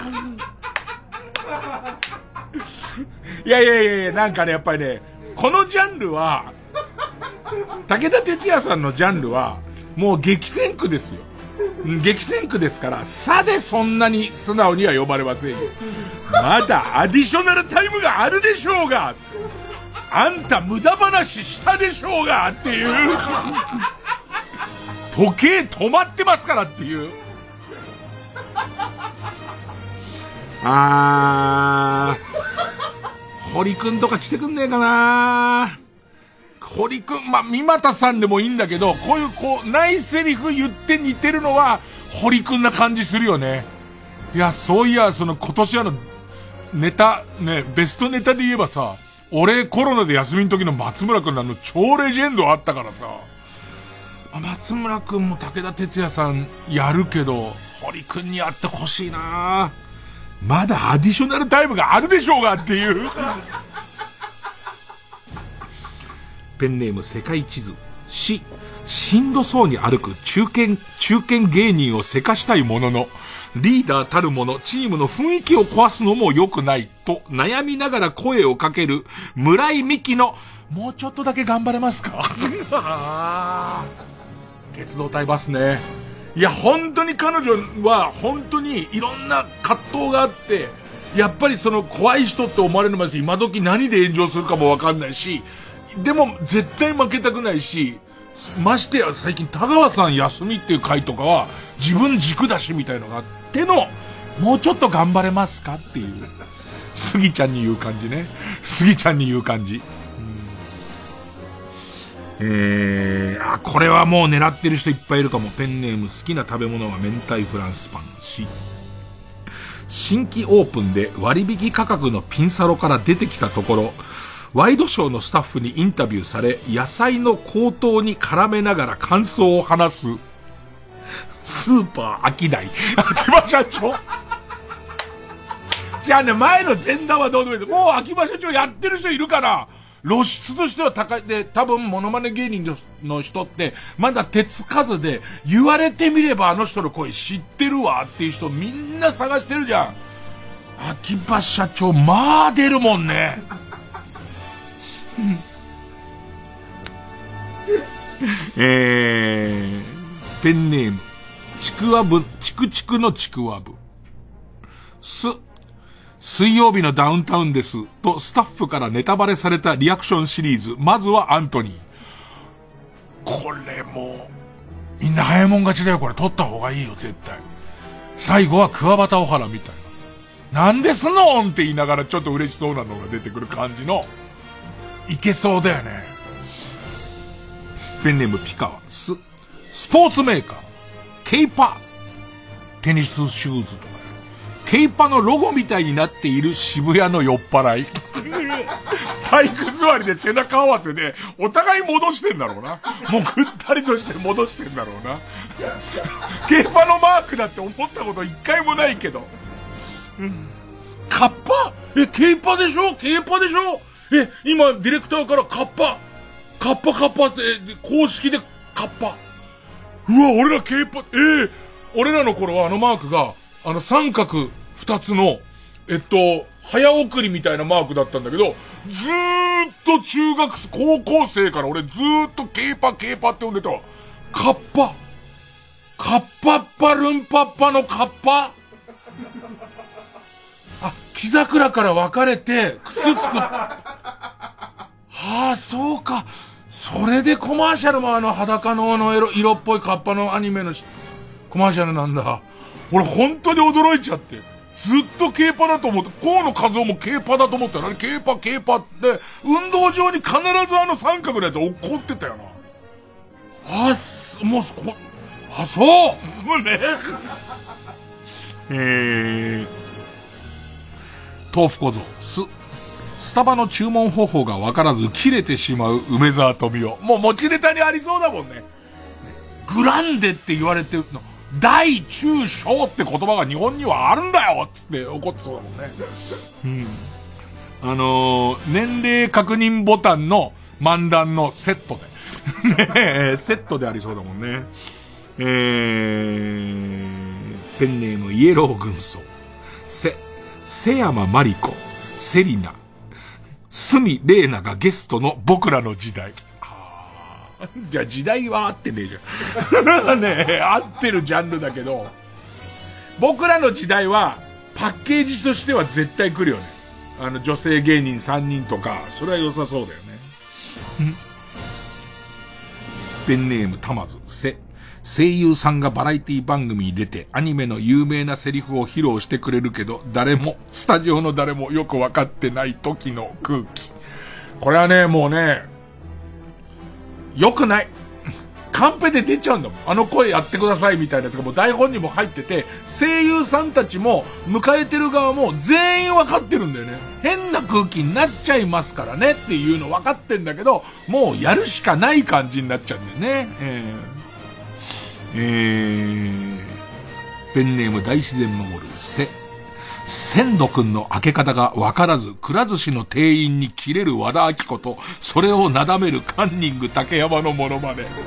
いやなんかね、やっぱりね、このジャンルは武田鉄矢さんのジャンルはもう激戦区ですよ。激戦区ですから、さでそんなに素直には呼ばれませんよ。まだアディショナルタイムがあるでしょうが、あんた無駄話したでしょうがっていう時計止まってますからっていう。堀くんとか来てくんねえかな。堀くん、三股さんでもいいんだけど、こうないセリフ言って似てるのは堀くんな感じするよね。いや、そういや、今年ネタね、ベストネタで言えばさ、俺コロナで休みの時の松村くんの超レジェンドあったからさ、松村くんも武田鉄矢さんやるけど、堀くんにやってほしいな。まだアディショナルタイムがあるでしょうがっていうペンネーム世界地図しんどそうに歩く中堅芸人をせかしたいものの、リーダーたるものチームの雰囲気を壊すのも良くないと悩みながら声をかける村井美樹のもうちょっとだけ頑張れますか鉄道隊バスね。いや本当に彼女は本当にいろんな葛藤があって、やっぱり怖い人って思われるまで今時何で炎上するかもわかんないし、でも絶対負けたくないし、ましてや最近田川さん休みっていう回とかは自分軸だしみたいのがあっての、もうちょっと頑張れますかっていうスギちゃんに言う感じね。スギちゃんに言う感じ。これはもう狙ってる人いっぱいいるかも。ペンネーム好きな食べ物は明太フランスパンし、新規オープンで割引価格のピンサロから出てきたところ、ワイドショーのスタッフにインタビューされ、野菜の高騰に絡めながら感想を話すスーパーアキダイ秋葉社長。じゃあね、前の前段はどうでもいい。もう秋葉社長やってる人いるから、露出としては高いで、多分モノマネ芸人の人ってまだ手つかずで、言われてみればあの人の声知ってるわっていう人みんな探してるじゃん。秋葉社長まあ出るもんね。ペンネームちくわぶ、ちくちくのちくわぶ。水曜日のダウンタウンですとスタッフからネタバレされたリアクションシリーズ、まずはアントニー。これもうみんな早いもん勝ちだよ。これ撮った方がいいよ絶対。最後は桑畑小原みたいな、なんですのんって言いながらちょっと嬉しそうなのが出てくる感じの、いけそうだよね。ペンネームピカワ。スポーツメーカーケイパテニスシューズとか、ケイパのロゴみたいになっている渋谷の酔っ払い。体育座りで背中合わせでお互い戻してんだろうな。もうぐったりとして戻してんだろうな。ケイパのマークだって思ったこと一回もないけど。カッパ？ケイパでしょ？ケイパでしょ？今ディレクターからカッパって公式でカッパ。うわ、俺らケイパ、俺らの頃はあのマークが三角二つの早送りみたいなマークだったんだけど、ずーっと高校生から俺ずーっとケイパって呼んでたわ。 カッパッパルンパッパのカッパ。木桜から分かれて靴作っそうか。それでコマーシャルも裸の色っぽいカッパのアニメのコマーシャルなんだ。俺本当に驚いちゃって。ずっとケーパだと思って、河野和夫もケーパだと思ったら、ケーパって、運動場に必ず三角のやつ起こってたよな。そうね。豆腐小僧、スタバの注文方法が分からず切れてしまう梅沢富美男。もう持ちネタにありそうだもんね。グランデって言われてるの。大中小って言葉が日本にはあるんだよつって怒ってそうだもんね。年齢確認ボタンの漫談のセットで。ね、セットでありそうだもんね。ペンネームイエロー軍曹。瀬山マリコ、セリナ、スミレーナがゲストの僕らの時代。じゃあ時代は合ってねえじゃん。ねえ、合ってるジャンルだけど、僕らの時代はパッケージとしては絶対来るよね。女性芸人3人とか、それは良さそうだよね。ペンネームたまず、声優さんがバラエティ番組に出てアニメの有名なセリフを披露してくれるけど、スタジオの誰もよくわかってない時の空気。これはね、もうね、よくない。カンペで出ちゃうんだもん。声やってくださいみたいなやつがもう台本にも入ってて、声優さんたちも迎えてる側も全員わかってるんだよね。変な空気になっちゃいますからねっていうの分かってんだけど、もうやるしかない感じになっちゃうんだよね。ペンネーム大自然守る千度くんの開け方が分からず、くら寿司の店員に切れる和田アキ子と、それをなだめるカンニング竹山のモノマネ。ね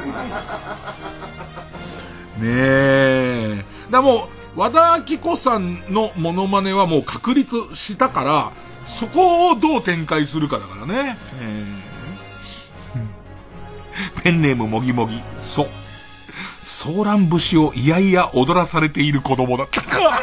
え。もう、和田アキ子さんのモノマネはもう確立したから、そこをどう展開するかだからね。ペンネームもぎもぎ、ソーラン節をいやいや踊らされている子供だった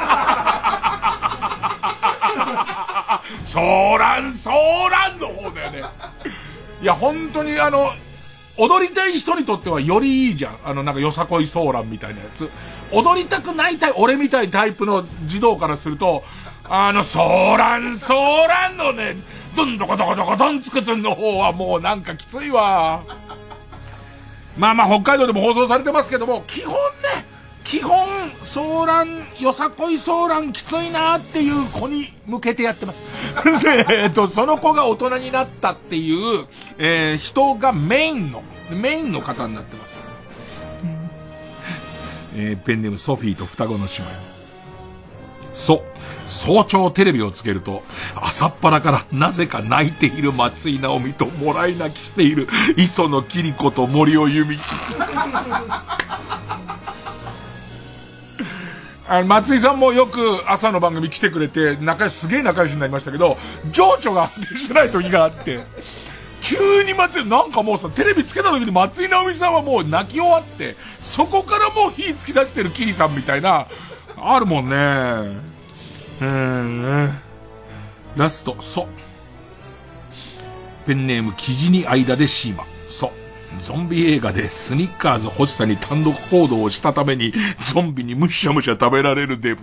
か。ソーランの方だよね。いや、本当に踊りたい人にとってはよりいいじゃん。なんかよさこいソーランみたいなやつ。踊りたくない俺みたいタイプの児童からすると、ソーランのね、どんどこどこどこどんつくつんの方はもうなんかきついわ。まあ北海道でも放送されてますけども、基本ソーラン、よさこいソーランきついなっていう子に向けてやってます。で、その子が大人になったっていう、人がメインの方になってます。ペンネームソフィーと双子の姉妹。早朝テレビをつけると、朝っぱらからなぜか泣いている松井直美ともらい泣きしている磯野桐子と森尾由美。松井さんもよく朝の番組来てくれて、すげえ仲良しになりましたけど、情緒が安定してない時があって、急になんかもうさ、テレビつけた時に松井直美さんはもう泣き終わって、そこからもう火つき出してるキリさんみたいな、あるもんね。ラスト、ペンネーム生地に間でシーマ。ゾンビ映画でスニッカーズ欲しさに単独行動をしたためにゾンビにむしゃむしゃ食べられるデブ。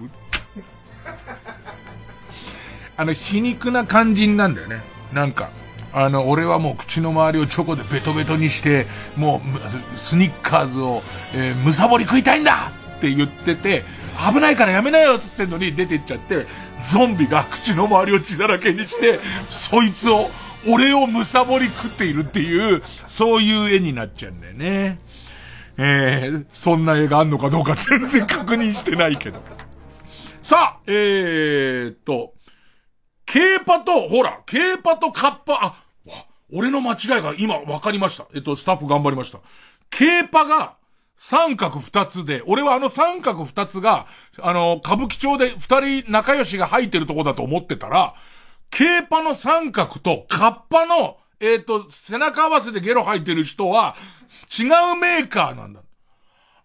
皮肉な感じなんだよね。なんか俺はもう口の周りをチョコでベトベトにして、もうスニッカーズを、むさぼり食いたいんだって言ってて、危ないからやめなよっつってんのに出てっちゃって、ゾンビが口の周りを血だらけにして、そいつを俺をむさぼり食っているっていう、そういう絵になっちゃうんだよね。そんな絵があんのかどうか全然確認してないけど。さあ、ケーパとカッパ、俺の間違いが今分かりました。スタッフ頑張りました。ケーパが三角二つで、俺は三角二つが、歌舞伎町で二人仲良しが入ってるとこだと思ってたら、ケーパの三角とカッパの、背中合わせでゲロ吐いてる人は違うメーカーなんだ。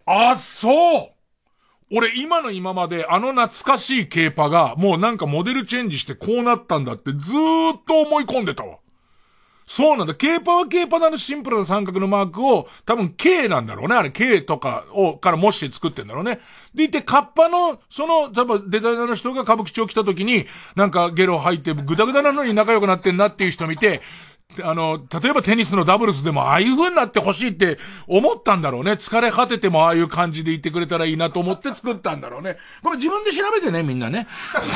あ、そう。俺今の今まで懐かしいケーパがもうなんかモデルチェンジしてこうなったんだってずーっと思い込んでたわ。そうなんだ。ケーパはケーパなのシンプルな三角のマークを多分 K なんだろうね。あれ K とかから模して作ってんだろうね。でいてカッパの多分デザイナーの人が歌舞伎町来た時になんかゲロ吐いてグダグダなのに仲良くなってんなっていう人見て、例えばテニスのダブルスでもああいう風になってほしいって思ったんだろうね。疲れ果ててもああいう感じでいてくれたらいいなと思って作ったんだろうね。これ自分で調べてね、みんなね。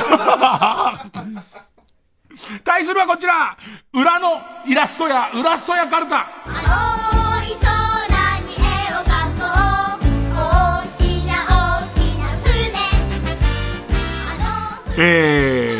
対するはこちら、裏のイラストやカルタ。 青い空に絵を描こう、大きな船。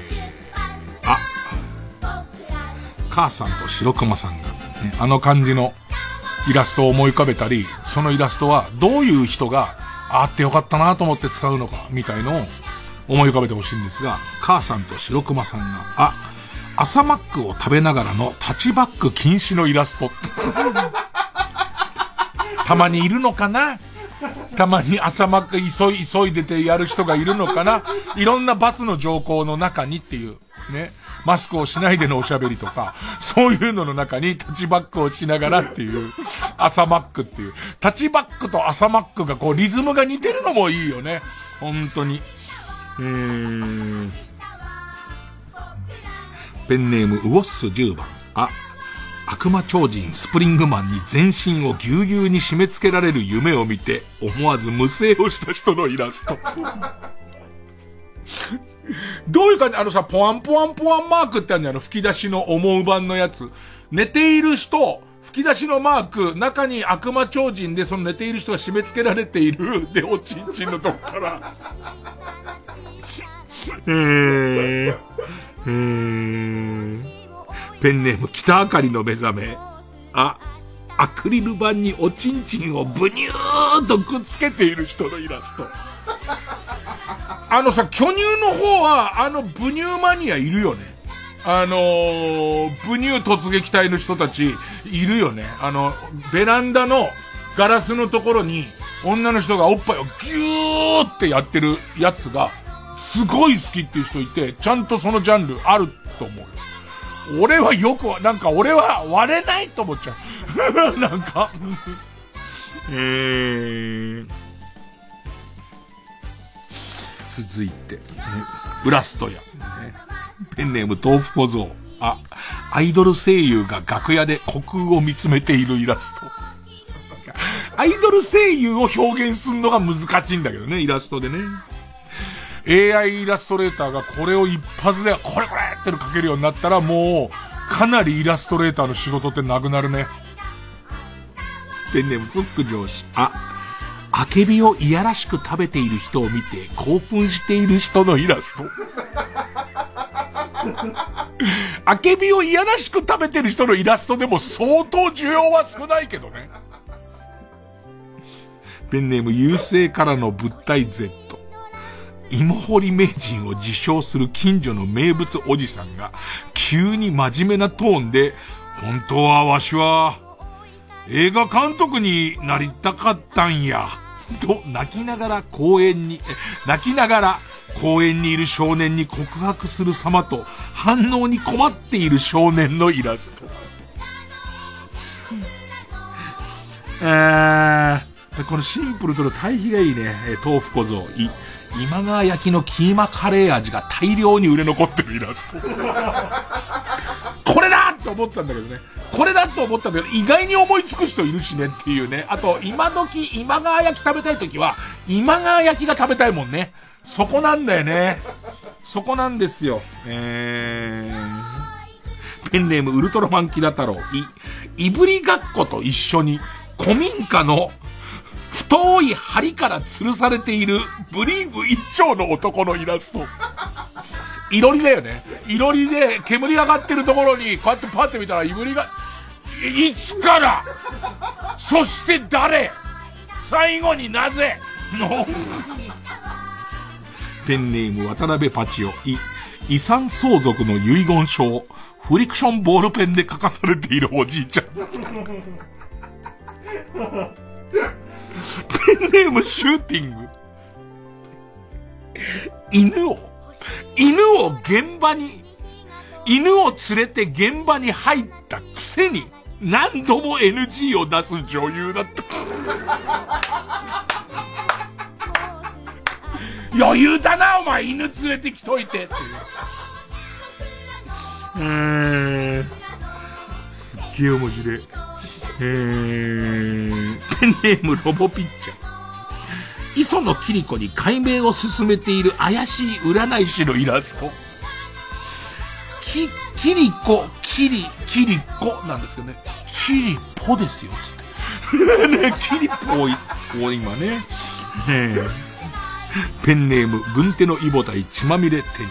母さんと白熊さんが、ね、あの感じのイラストを思い浮かべたり、そのイラストはどういう人があってよかったなと思って使うのかみたいのを思い浮かべてほしいんですが、母さんと白熊さんが朝マックを食べながらのタッチバック禁止のイラストたまにいるのかな。たまに朝マック急いでてやる人がいるのかな。いろんな罰の条項の中にっていうね、マスクをしないでのおしゃべりとか、そういうのの中にタッチバックをしながらっていう朝マックっていう、タッチバックと朝マックがこうリズムが似てるのもいいよね。本当に。ペンネームウォッス10番。悪魔超人スプリングマンに全身をぎゅうぎゅうに締め付けられる夢を見て思わず無声をした人のイラスト。どういう感じ？ポワンポワンポワンマークってあるんだよ。吹き出しの思う版のやつ。寝ている人、吹き出しのマーク、中に悪魔超人でその寝ている人が締め付けられている。で、おちんちんのとこから。ペンネーム北あかりの目覚め。アクリル板におちんちんをブニューとくっつけている人のイラスト。巨乳の方はブニューマニアいるよね。ブニュー突撃隊の人たちいるよね。ベランダのガラスのところに女の人がおっぱいをギューってやってるやつがすごい好きっていう人いて、ちゃんとそのジャンルあると思うよ。俺は俺は割れないと思っちゃう。なんか。続いて、ね、ブラストや、ね、ペンネーム豆腐小僧。アイドル声優が楽屋で虚空を見つめているイラスト。アイドル声優を表現するのが難しいんだけどね、イラストでね。AI イラストレーターがこれを一発でこれって書けるようになったら、もうかなりイラストレーターの仕事ってなくなるね。ペンネームフック上司。あけびをいやらしく食べている人を見て興奮している人のイラスト。あけびをいやらしく食べてる人のイラストでも相当需要は少ないけどね。ペンネーム優勢からの物体 Z。芋掘り名人を自称する近所の名物おじさんが急に真面目なトーンで、本当はわしは映画監督になりたかったんやと泣きながら公園にいる少年に告白する様と反応に困っている少年のイラスト。このシンプルとの対比がいいね。豆腐小僧。今川焼きのキーマカレー味が大量に売れ残ってるイラスト。これだと思ったんだけどね。意外に思いつく人いるしねっていうね。あと、今時今川焼き食べたいときは、今川焼きが食べたいもんね。そこなんだよね。そこなんですよ。ペンネームウルトラマンキダ太郎。いぶりがっこと一緒に古民家の太い針から吊るされているブリーブ一丁の男のイラスト。いろりだよね。いろりで煙上がってるところにこうやってパッて見たらいぶりが、いつからそして誰最後になぜのペンネーム渡辺パチオ。遺産相続の遺言書をフリクションボールペンで書かされているおじいちゃん。 ペンネームシューティング。犬を連れて現場に入ったくせに、何度も NG を出す女優だった。余裕だな、お前、犬連れてきといてっていう。すっげえ面白い。ペンネームロボピッチャー。磯野キリコに解明を進めている怪しい占い師のイラスト。キリコなんですけどね。キリポですよ、つって。ね、キリポを今ね。ペンネーム、軍手のイボ対血まみれ天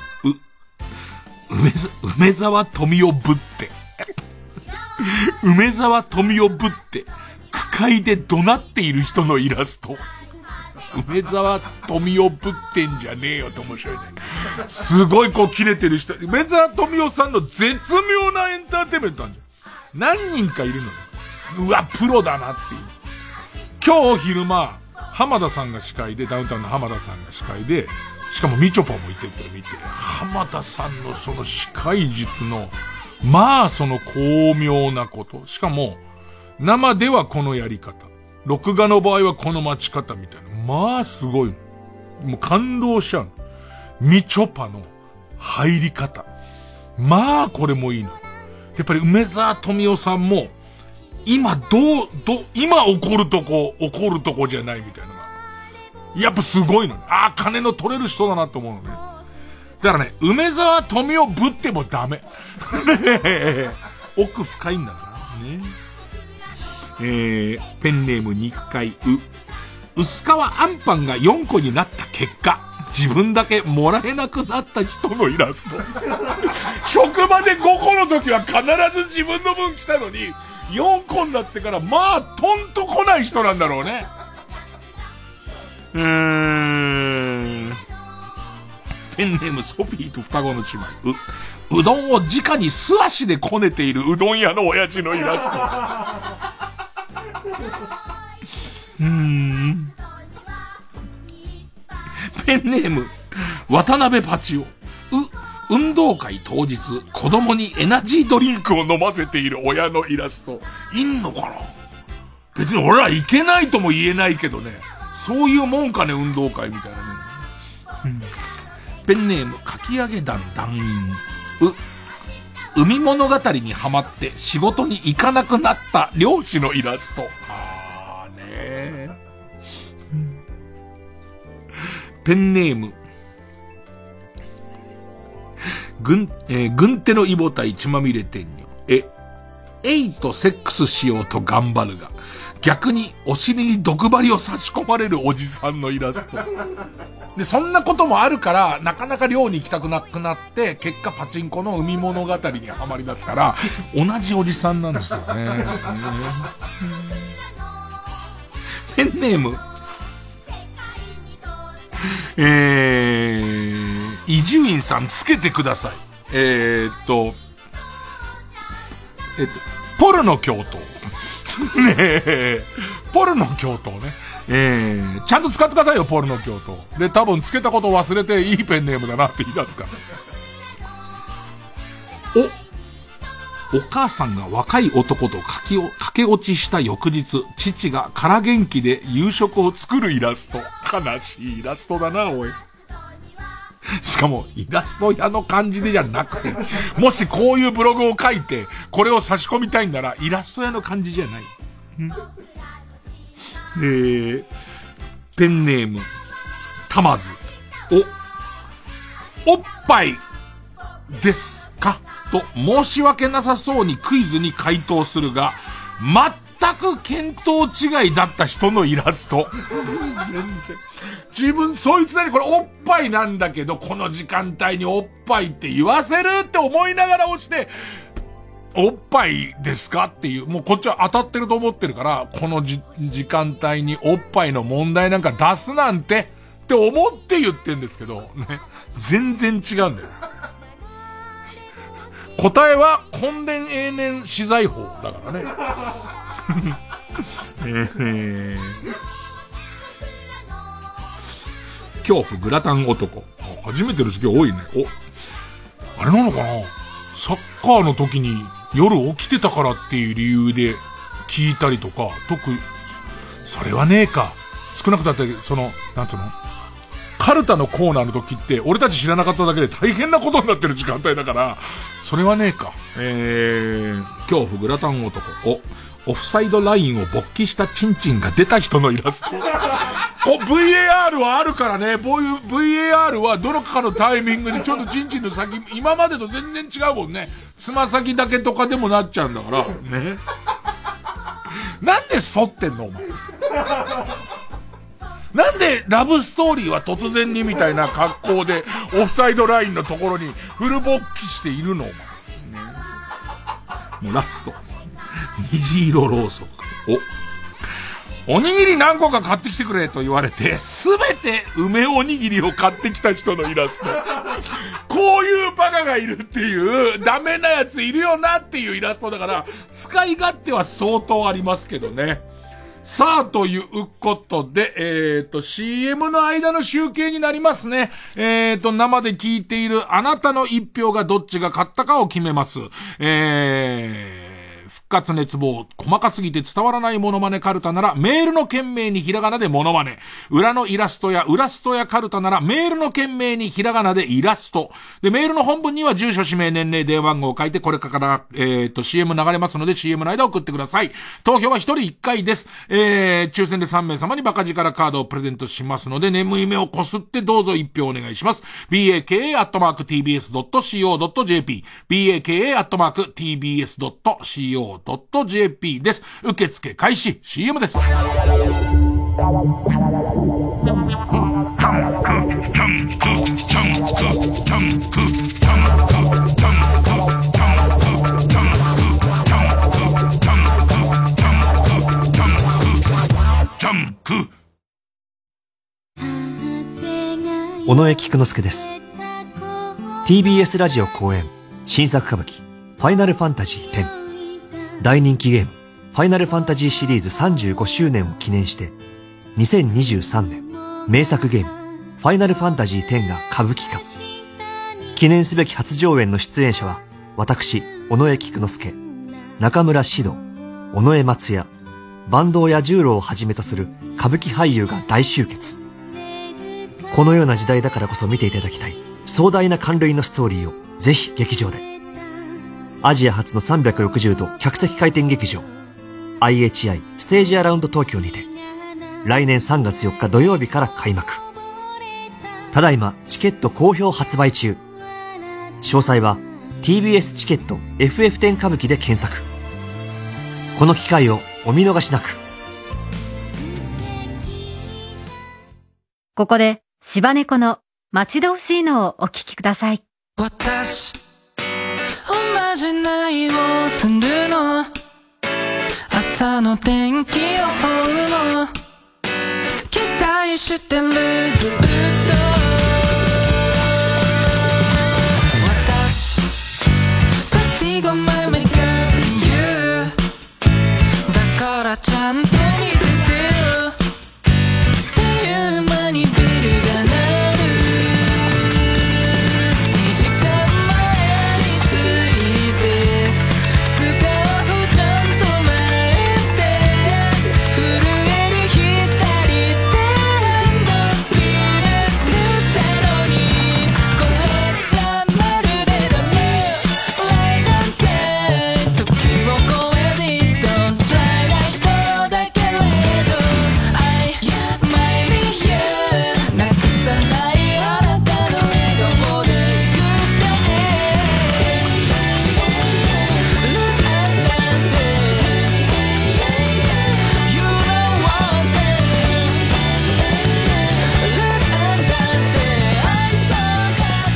女。梅沢富美男ぶって。梅沢富美男ぶって、句会で怒鳴っている人のイラスト。梅沢富美男ぶってんじゃねえよって面白いね。すごいこう切れてる人。梅沢富美男さんの絶妙なエンターテイメントなんじゃん。何人かいるのよ。うわ、プロだなっていう。今日昼間、浜田さんが司会で、ダウンタウンの浜田さんが司会で、しかもみちょぱもいてって見て、浜田さんのその司会術の、まあその巧妙なこと。しかも、生ではこのやり方。録画の場合はこの待ち方みたいな。まあすごい。もう感動しちゃう。みちょぱの入り方。まあこれもいいの。やっぱり梅沢富美男さんも、今今怒るとこじゃないみたいなのが。やっぱすごいの。ああ、金の取れる人だなと思うのね。だからね、梅沢富美男ぶってもダメ。奥深いんだからね。ペンネーム肉塊薄皮あんパンが4個になった結果、自分だけもらえなくなった人のイラスト。職場で5個の時は必ず自分の分来たのに、4個になってからまあトンと来ない人なんだろうね。ペンネームソフィーと双子の姉妹。うどんを直に素足でこねているうどん屋の親父のイラスト。ペンネーム渡辺パチオ。運動会当日、子供にエナジードリンクを飲ませている親のイラスト。いんのかな？別に俺はいけないとも言えないけどね。そういうもんかね、運動会みたいなね。ペンネームかき上げ団団員。海物語にハマって仕事に行かなくなった漁師のイラスト。あーねペンネーム軍手のイボ対血まみれ天女。エイとセックスしようと頑張るが、逆にお尻に毒針を差し込まれるおじさんのイラスト。で、そんなこともあるから、なかなか漁に行きたくなくなって、結果パチンコの海物語にはまり出すから、同じおじさんなんですよね。ペンネーム、伊集院さんつけてください。ポルノ教頭。ねえ、ポルノ教頭ね。ちゃんと使ってくださいよ、ポルノ教頭。で、多分つけたことを忘れていいペンネームだなって言い出すから。お母さんが若い男と駆け落ちした翌日、父が空元気で夕食を作るイラスト。悲しいイラストだな、おい。しかも、イラスト屋の感じでじゃなくて、もしこういうブログを書いて、これを差し込みたいんなら、イラスト屋の感じじゃない。ペンネーム、たまず。おっぱい、ですかと申し訳なさそうにクイズに回答するが、全く見当違いだった人のイラスト。全然。自分、そいつなりこれおっぱいなんだけど、この時間帯におっぱいって言わせるって思いながら押して、おっぱいですかっていう、もうこっちは当たってると思ってるから、この時間帯におっぱいの問題なんか出すなんてって思って言ってんですけど、ね。全然違うんだよ。答えは根伝永年資材法だからね。 恐怖グラタン男。初めての人多いね。あれなのかな、サッカーの時に夜起きてたからっていう理由で聞いたりとか、それはねえか。少なくともなんつうの、カルタのコーナーの時って俺たち知らなかっただけで大変なことになってる時間帯だから、それはねえか。恐怖グラタン男。オフサイドラインを勃起したチンチンが出た人のイラスト。VAR はあるからね。こういう VAR はどのかのタイミングでちょっとチンチンの先、今までと全然違うもんね。つま先だけとかでもなっちゃうんだから。ね。なんで反ってんのお前。なんでラブストーリーは突然にみたいな格好でオフサイドラインのところにフル勃起しているのお前。ね、もうラスト。虹色ろうそく。おにぎり何個か買ってきてくれと言われて、すべて梅おにぎりを買ってきた人のイラスト。こういうバカがいるっていう、ダメなやついるよなっていうイラストだから、使い勝手は相当ありますけどね。さあ、ということで、CM の間の集計になりますね。生で聞いているあなたの一票がどっちが勝ったかを決めます。復活熱望、細かすぎて伝わらないモノマネカルタならメールの件名にひらがなでモノマネ。裏のイラストやカルタならメールの件名にひらがなでイラスト。で、メールの本文には住所、氏名、年齢、電話番号を書いて、これから、CM 流れますので CM の間送ってください。投票は1人1回です。抽選で3名様にバカ力カードをプレゼントしますので、眠い目をこすってどうぞ1票お願いします。baka@tbs.co.jp baka@tbs.co.jp です。受付開始。 CM です。 尾上菊之助です。 TBS ラジオ公演新作歌舞伎ファイナルファンタジー10。大人気ゲームファイナルファンタジーシリーズ35周年を記念して2023年名作ゲームファイナルファンタジー10が歌舞伎化。記念すべき初上演の出演者は私尾上菊之助、中村獅童、尾上松也、坂東彌十郎をはじめとする歌舞伎俳優が大集結。このような時代だからこそ見ていただきたい壮大な感類のストーリーをぜひ劇場で。アジア初の360度客席回転劇場 IHI ステージアラウンド東京にて来年3月4日土曜日から開幕。ただいまチケット好評発売中。詳細は TBS チケット FF10 歌舞伎で検索。この機会をお見逃しなく。 ここで柴猫の待ち遠しいのをお聞きください。 私おまじないをするの、朝の天気予報も期待してるずっと。私パティゴマメが言うだからちゃんと見ててよ。っていう間にベルが鳴る。2時間前に着いてスカーフちゃんと巻いて震える左手のビール塗ったのにこれじゃまるでダメ。ライなんて時を超えて Don't try な人だけれど I might be here なくさないあなたの笑顔で言ってね。 Look at that day You don't want it Look at that day I saw that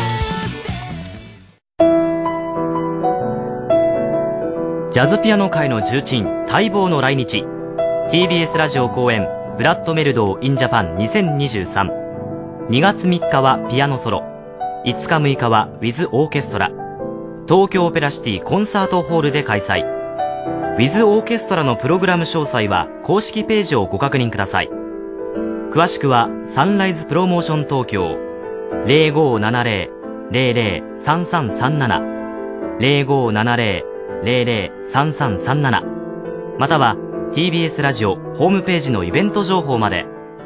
day ジャズピアノ界の重鎮待望の来日。 TBS ラジオ公演ブラッドメルドー in Japan 2023。 2月3日はピアノソロ、5日6日は with オーケストラ、東京オペラシティコンサートホールで開催。 With オーケストラのプログラム詳細は公式ページをご確認ください。詳しくはサンライズプロモーション東京 0570-003337 0570-003337 または TBS ラジオホームページのイベント情報まで。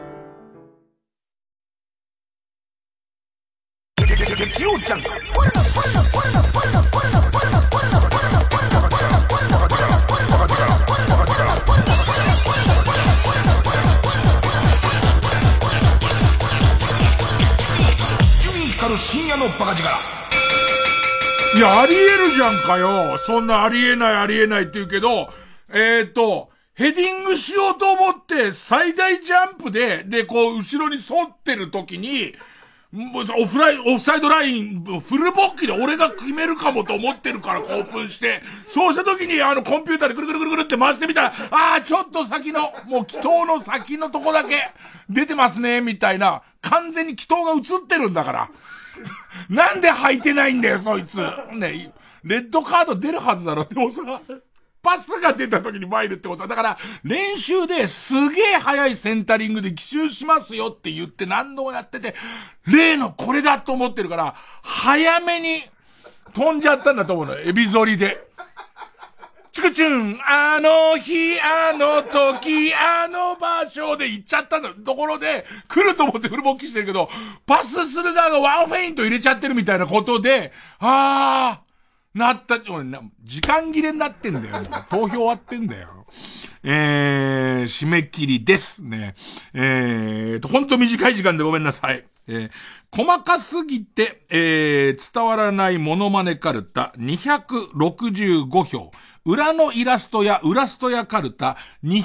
深夜のバカ力。いや、ありえるじゃんかよ。そんなありえないって言うけど、ヘディングしようと思って最大ジャンプでこう後ろに沿ってる時に、オフサイドライン、フルボッキで俺が決めるかもと思ってるから興奮して、そうした時にコンピューターでぐるぐるぐるぐるって回してみたら、ちょっと先の、もう祈祷の先のとこだけ出てますね、みたいな、完全に祈祷が映ってるんだから。なんで履いてないんだよ、そいつ。ね、レッドカード出るはずだろ。でもさ、パスが出た時に参るってことは、だから、練習ですげえ速いセンタリングで奇襲しますよって言って何度もやってて、例のこれだと思ってるから、早めに飛んじゃったんだと思うの、エビ反りで。チクチュン、あの日、あの時、あの場所で行っちゃったのところで、来ると思ってフルボッキしてるけど、パスする側がワンフェイント入れちゃってるみたいなことで、なった、時間切れになってんだよ。投票終わってんだよ。締め切りですね。ほんと短い時間でごめんなさい。細かすぎて、伝わらないモノマネカルタ265票。裏のイラストや裏ストやカルタ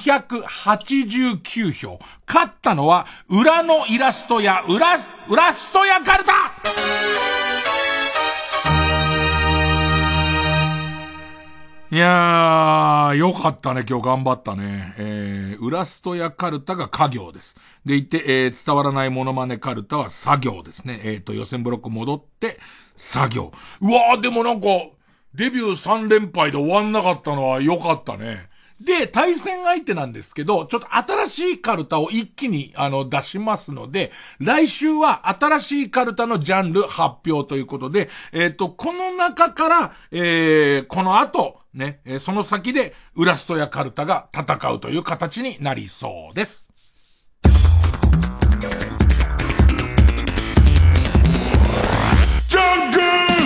289票。勝ったのは裏のイラストや裏ストやカルタ。いやー、よかったね、今日頑張ったね。裏ストやカルタが家業です。でいて、伝わらないモノマネカルタは作業ですね。予選ブロック戻って、作業。うわー、でもなんか、デビュー3連敗で終わんなかったのは良かったね。で、対戦相手なんですけど、ちょっと新しいカルタを一気に、出しますので、来週は新しいカルタのジャンル発表ということで、この中から、この後、ね、その先で、裏ストやカルタが戦うという形になりそうです。ジャンク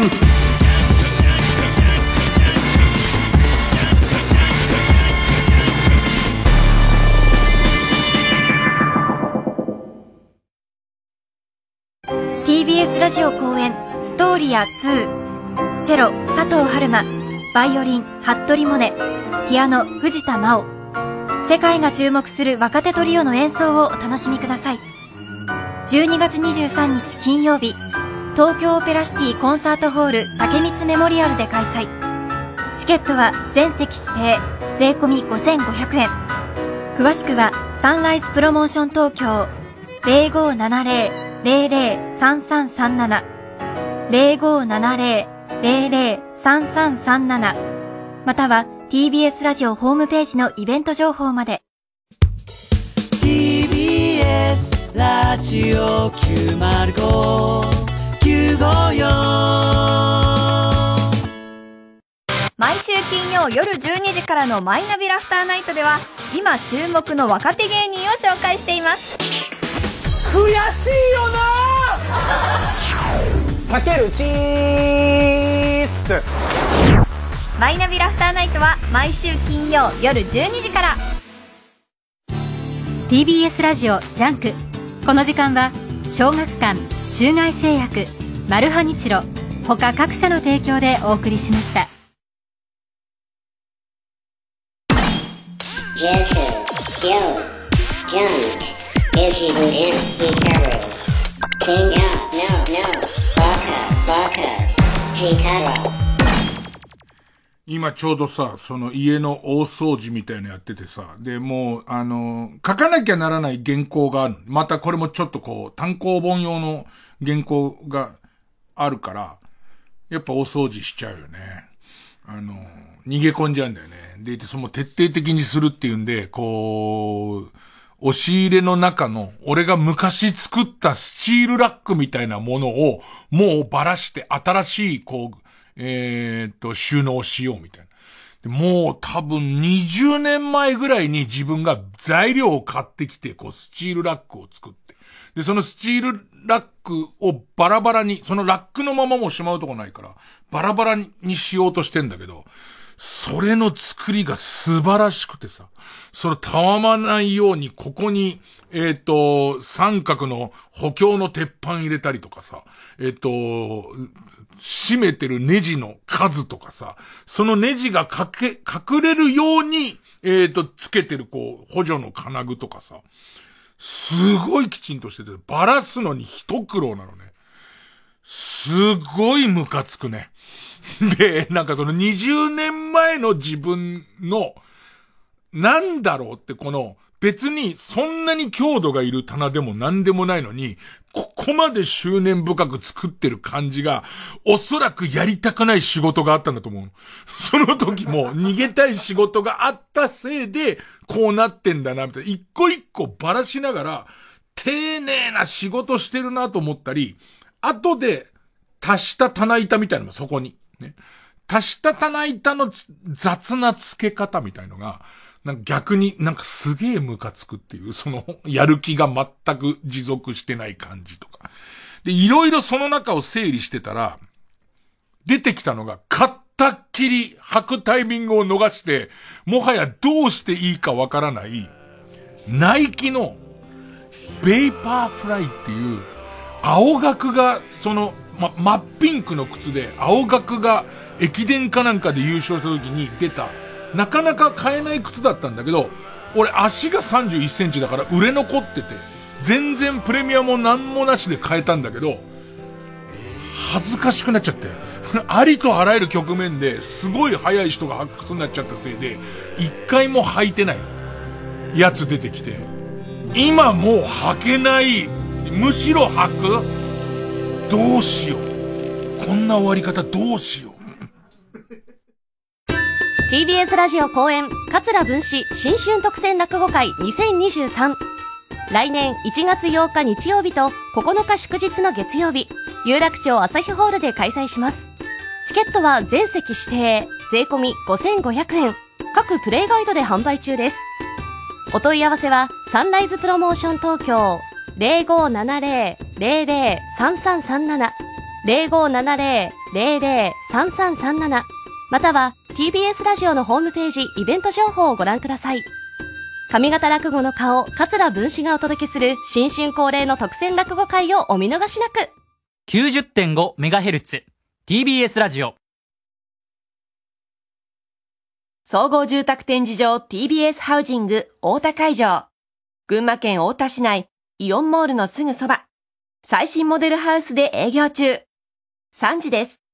！TBS ラジオ公演ストーリア2、チェロ佐藤春馬、バイオリン服部萌音、ピアノ藤田真央。世界が注目する若手トリオの演奏をお楽しみください。12月23日金曜日、東京オペラシティコンサートホール竹光メモリアルで開催。チケットは全席指定、税込み5500円。詳しくはサンライズプロモーション東京 0570-003337 0570-003337 または TBS ラジオホームページのイベント情報まで。 TBS ラジオ905954 毎週金曜夜12時からのマイナビラフターナイトでは今注目の若手芸人を紹介しています。 悔しいよな避けるチース。 マイナビラフターナイトは毎週金曜夜12時から。 TBS ラジオジャンク。この時間は小学館、中外製薬、マルハニチロ他各社の提供でお送りしました。 今ちょうどさ、その家の大掃除みたいなやっててさ、で、もう、書かなきゃならない原稿がある。またこれもちょっとこう、単行本用の原稿があるから、やっぱ大掃除しちゃうよね。 逃げ込んじゃうんだよね。で、その徹底的にするっていうんで、こう、押し入れの中の、俺が昔作ったスチールラックみたいなものを、もうばらして新しい、こう、収納しようみたいな。でもう多分20年前ぐらいに自分が材料を買ってきて、こう、スチールラックを作って。で、そのスチールラックをバラバラに、そのラックのままもしまうとこないから、バラバラにしようとしてんだけど、それの作りが素晴らしくてさ、それたわまないようにここに、三角の補強の鉄板入れたりとかさ、締めてるネジの数とかさ、そのネジが隠れるように、つけてるこう、補助の金具とかさ、すごいきちんとしてて、バラすのに一苦労なのね。すごいムカつくね。で、なんかその20年前の自分の、なんだろうってこの、別にそんなに強度がいる棚でも何でもないのに、ここまで執念深く作ってる感じが、おそらくやりたくない仕事があったんだと思う。その時も逃げたい仕事があったせいで、こうなってんだな、みたいな。一個一個ばらしながら、丁寧な仕事してるなと思ったり、後で足した棚板みたいなのもそこに。ね。足した棚板の雑な付け方みたいのが、なんか逆になんかすげえムカつくっていう、そのやる気が全く持続してない感じとか。で、いろいろその中を整理してたら、出てきたのが、買ったっきり履くタイミングを逃して、もはやどうしていいかわからない、ナイキのベイパーフライっていう、青学が、その、真っピンクの靴で、青学が駅伝かなんかで優勝した時に出た、なかなか買えない靴だったんだけど、俺足が31センチだから売れ残ってて、全然プレミアもなんもなしで買えたんだけど、恥ずかしくなっちゃって。ありとあらゆる局面ですごい速い人が履く靴になっちゃったせいで、一回も履いてないやつ出てきて、今もう履けない、むしろ履く？どうしよう。こんな終わり方どうしよう。 TBS ラジオ公演桂文枝新春特選落語会2023、来年1月8日日曜日と9日祝日の月曜日、有楽町朝日ホールで開催します。チケットは全席指定、税込み5500円、各プレイガイドで販売中です。お問い合わせはサンライズプロモーション東京 0570-003337 0570-003337、または TBS ラジオのホームページイベント情報をご覧ください。上方落語の顔、桂文枝がお届けする新春恒例の特選落語会をお見逃しなく。 90.5MHz TBS ラジオ。 総合住宅展示場 TBS ハウジング大田会場。群馬県太田市内イオンモールのすぐそば。最新モデルハウスで営業中。3時です。